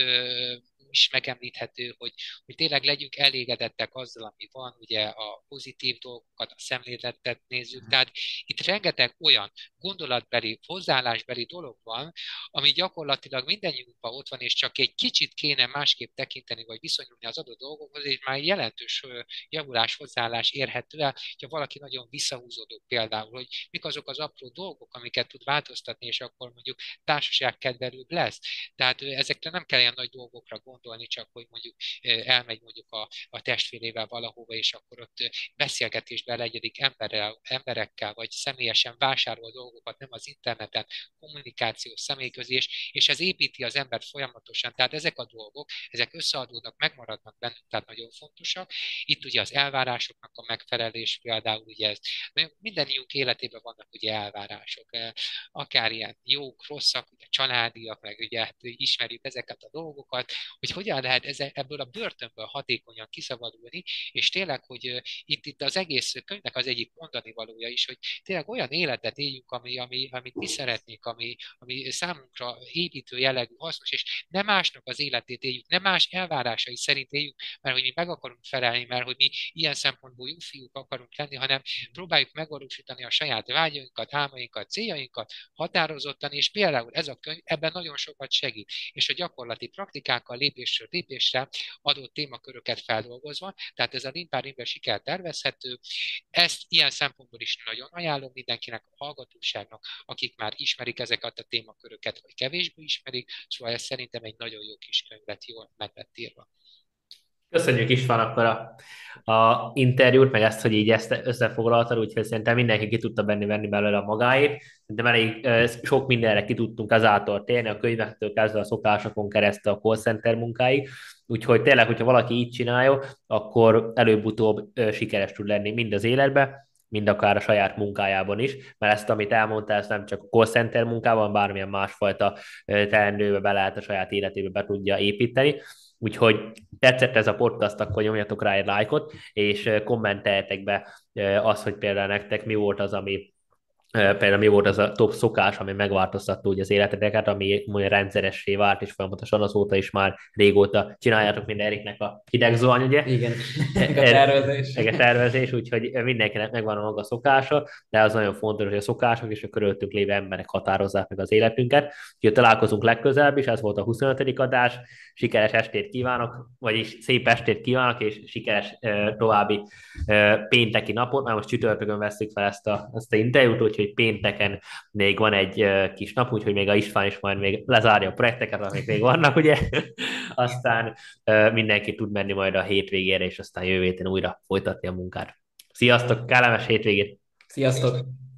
is megemlíthető, hogy, hogy tényleg legyünk elégedettek azzal, ami van, ugye a pozitív dolgokat, a szemléletet nézzük, tehát itt rengeteg olyan gondolatbeli, hozzáállásbeli dolog van, ami gyakorlatilag mindennyiunkban ott van, és csak egy kicsit kéne másképp tekinteni, vagy viszonyulni az adott dolgokhoz, és már jelentős javulás, hozzáállás érhető el, ha valaki nagyon visszahúzódó például, hogy mik azok az apró dolgok, amiket tud változtatni, és akkor mondjuk társaságkedvelőbb lesz. Tehát ezekre nem kell ilyen nagy dolgokra gondolni, csak hogy mondjuk elmegy mondjuk a, a testvérével valahova, és akkor ott beszélgetésbe legyedik emberrel, emberekkel, vagy személyesen vásárol dolgokat, nem az interneten, kommunikáció, személyközi, és, és ez építi az embert folyamatosan. Tehát ezek a dolgok, ezek összeadódnak, megmaradnak bennünk, tehát nagyon fontosak. Itt ugye az elvárásoknak a megfelelés, például ugye ez, mindennyiunk életében vannak ugye elvárások, akár ilyen jók, rosszak, ugye családiak, meg ugye hát ismerjük ezeket a dolgokat, hogy hogyan lehet ebből a börtönből hatékonyan kiszabadulni, és tényleg, hogy itt, itt az egész könyvnek az egyik mondani valója is, hogy tényleg olyan életet éljünk, ami, ami, amit mi szeretnénk, ami, ami számunkra építő jellegű, hasznos, és nem másnak az életét éljük, nem más elvárásai szerint éljük, mert hogy mi meg akarunk felelni, mert hogy mi ilyen szempontból jó fiúk akarunk lenni, hanem próbáljuk megvalósítani a saját vágyainkat, álmainkat, céljainkat határozottan, és például ez a könyv ebben nagyon sokat segít, és a gyakorlati praktikákkal lépésről lépésre adott témaköröket feldolgozva, tehát ez a Limpár Imre siker tervezhető, ezt ilyen szempontból is nagyon ajánlom mindenkinek, a hallgatóságnak, akik már ismerik ezeket a témaköröket, vagy kevésbé ismerik, szóval ez szerintem egy nagyon jó kis könyvet, jól meg lett írva. Köszönjük István akkor a, a interjút, meg ezt, hogy így ezt összefoglaltad, úgyhogy szerintem mindenki ki tudta benni venni belőle a magáét. Szerintem elég sok mindenre ki tudtunk ezáltal térni, a könyvektől kezdve a szokásokon keresztül a call center munkáig. Úgyhogy tényleg, hogyha valaki így csinálja, akkor előbb-utóbb sikeres tud lenni mind az életbe, mind akár a saját munkájában is, mert ezt, amit elmondtál, ezt nem csak a call center munkában, bármilyen másfajta teendőbe be lehet a saját életébe be tudja építeni. Úgyhogy tetszett ez a podcast, akkor nyomjatok rá egy lájkot, és kommenteljetek be azt, hogy például nektek mi volt az, ami például mi volt az a top szokás, ami megváltoztatta úgy az életeteket, ami olyan rendszeressé vált, és folyamatosan azóta is már régóta csináljátok mind Eriknek a hideg zuhany, ugye? Igen, a tervezés. A tervezés, úgyhogy mindenkinek megvan a maga szokása, de az nagyon fontos, hogy a szokások és a körülöttünk lévő emberek határozzák meg az életünket. Úgyhogy találkozunk legközelebb is, ez volt a huszonötödik adás. Sikeres estét kívánok, vagyis szép estét kívánok, és sikeres további pénteki napot. Már most csütörtökön veszük fel ezt a, ezt a interjút, úgyhogy pénteken még van egy kis nap, úgyhogy még a István is majd még lezárja a projekteket, amik még vannak, ugye? Aztán mindenki tud menni majd a hétvégére, és aztán jövő héten újra folytatni a munkát. Sziasztok, kellemes hétvégét! Sziasztok!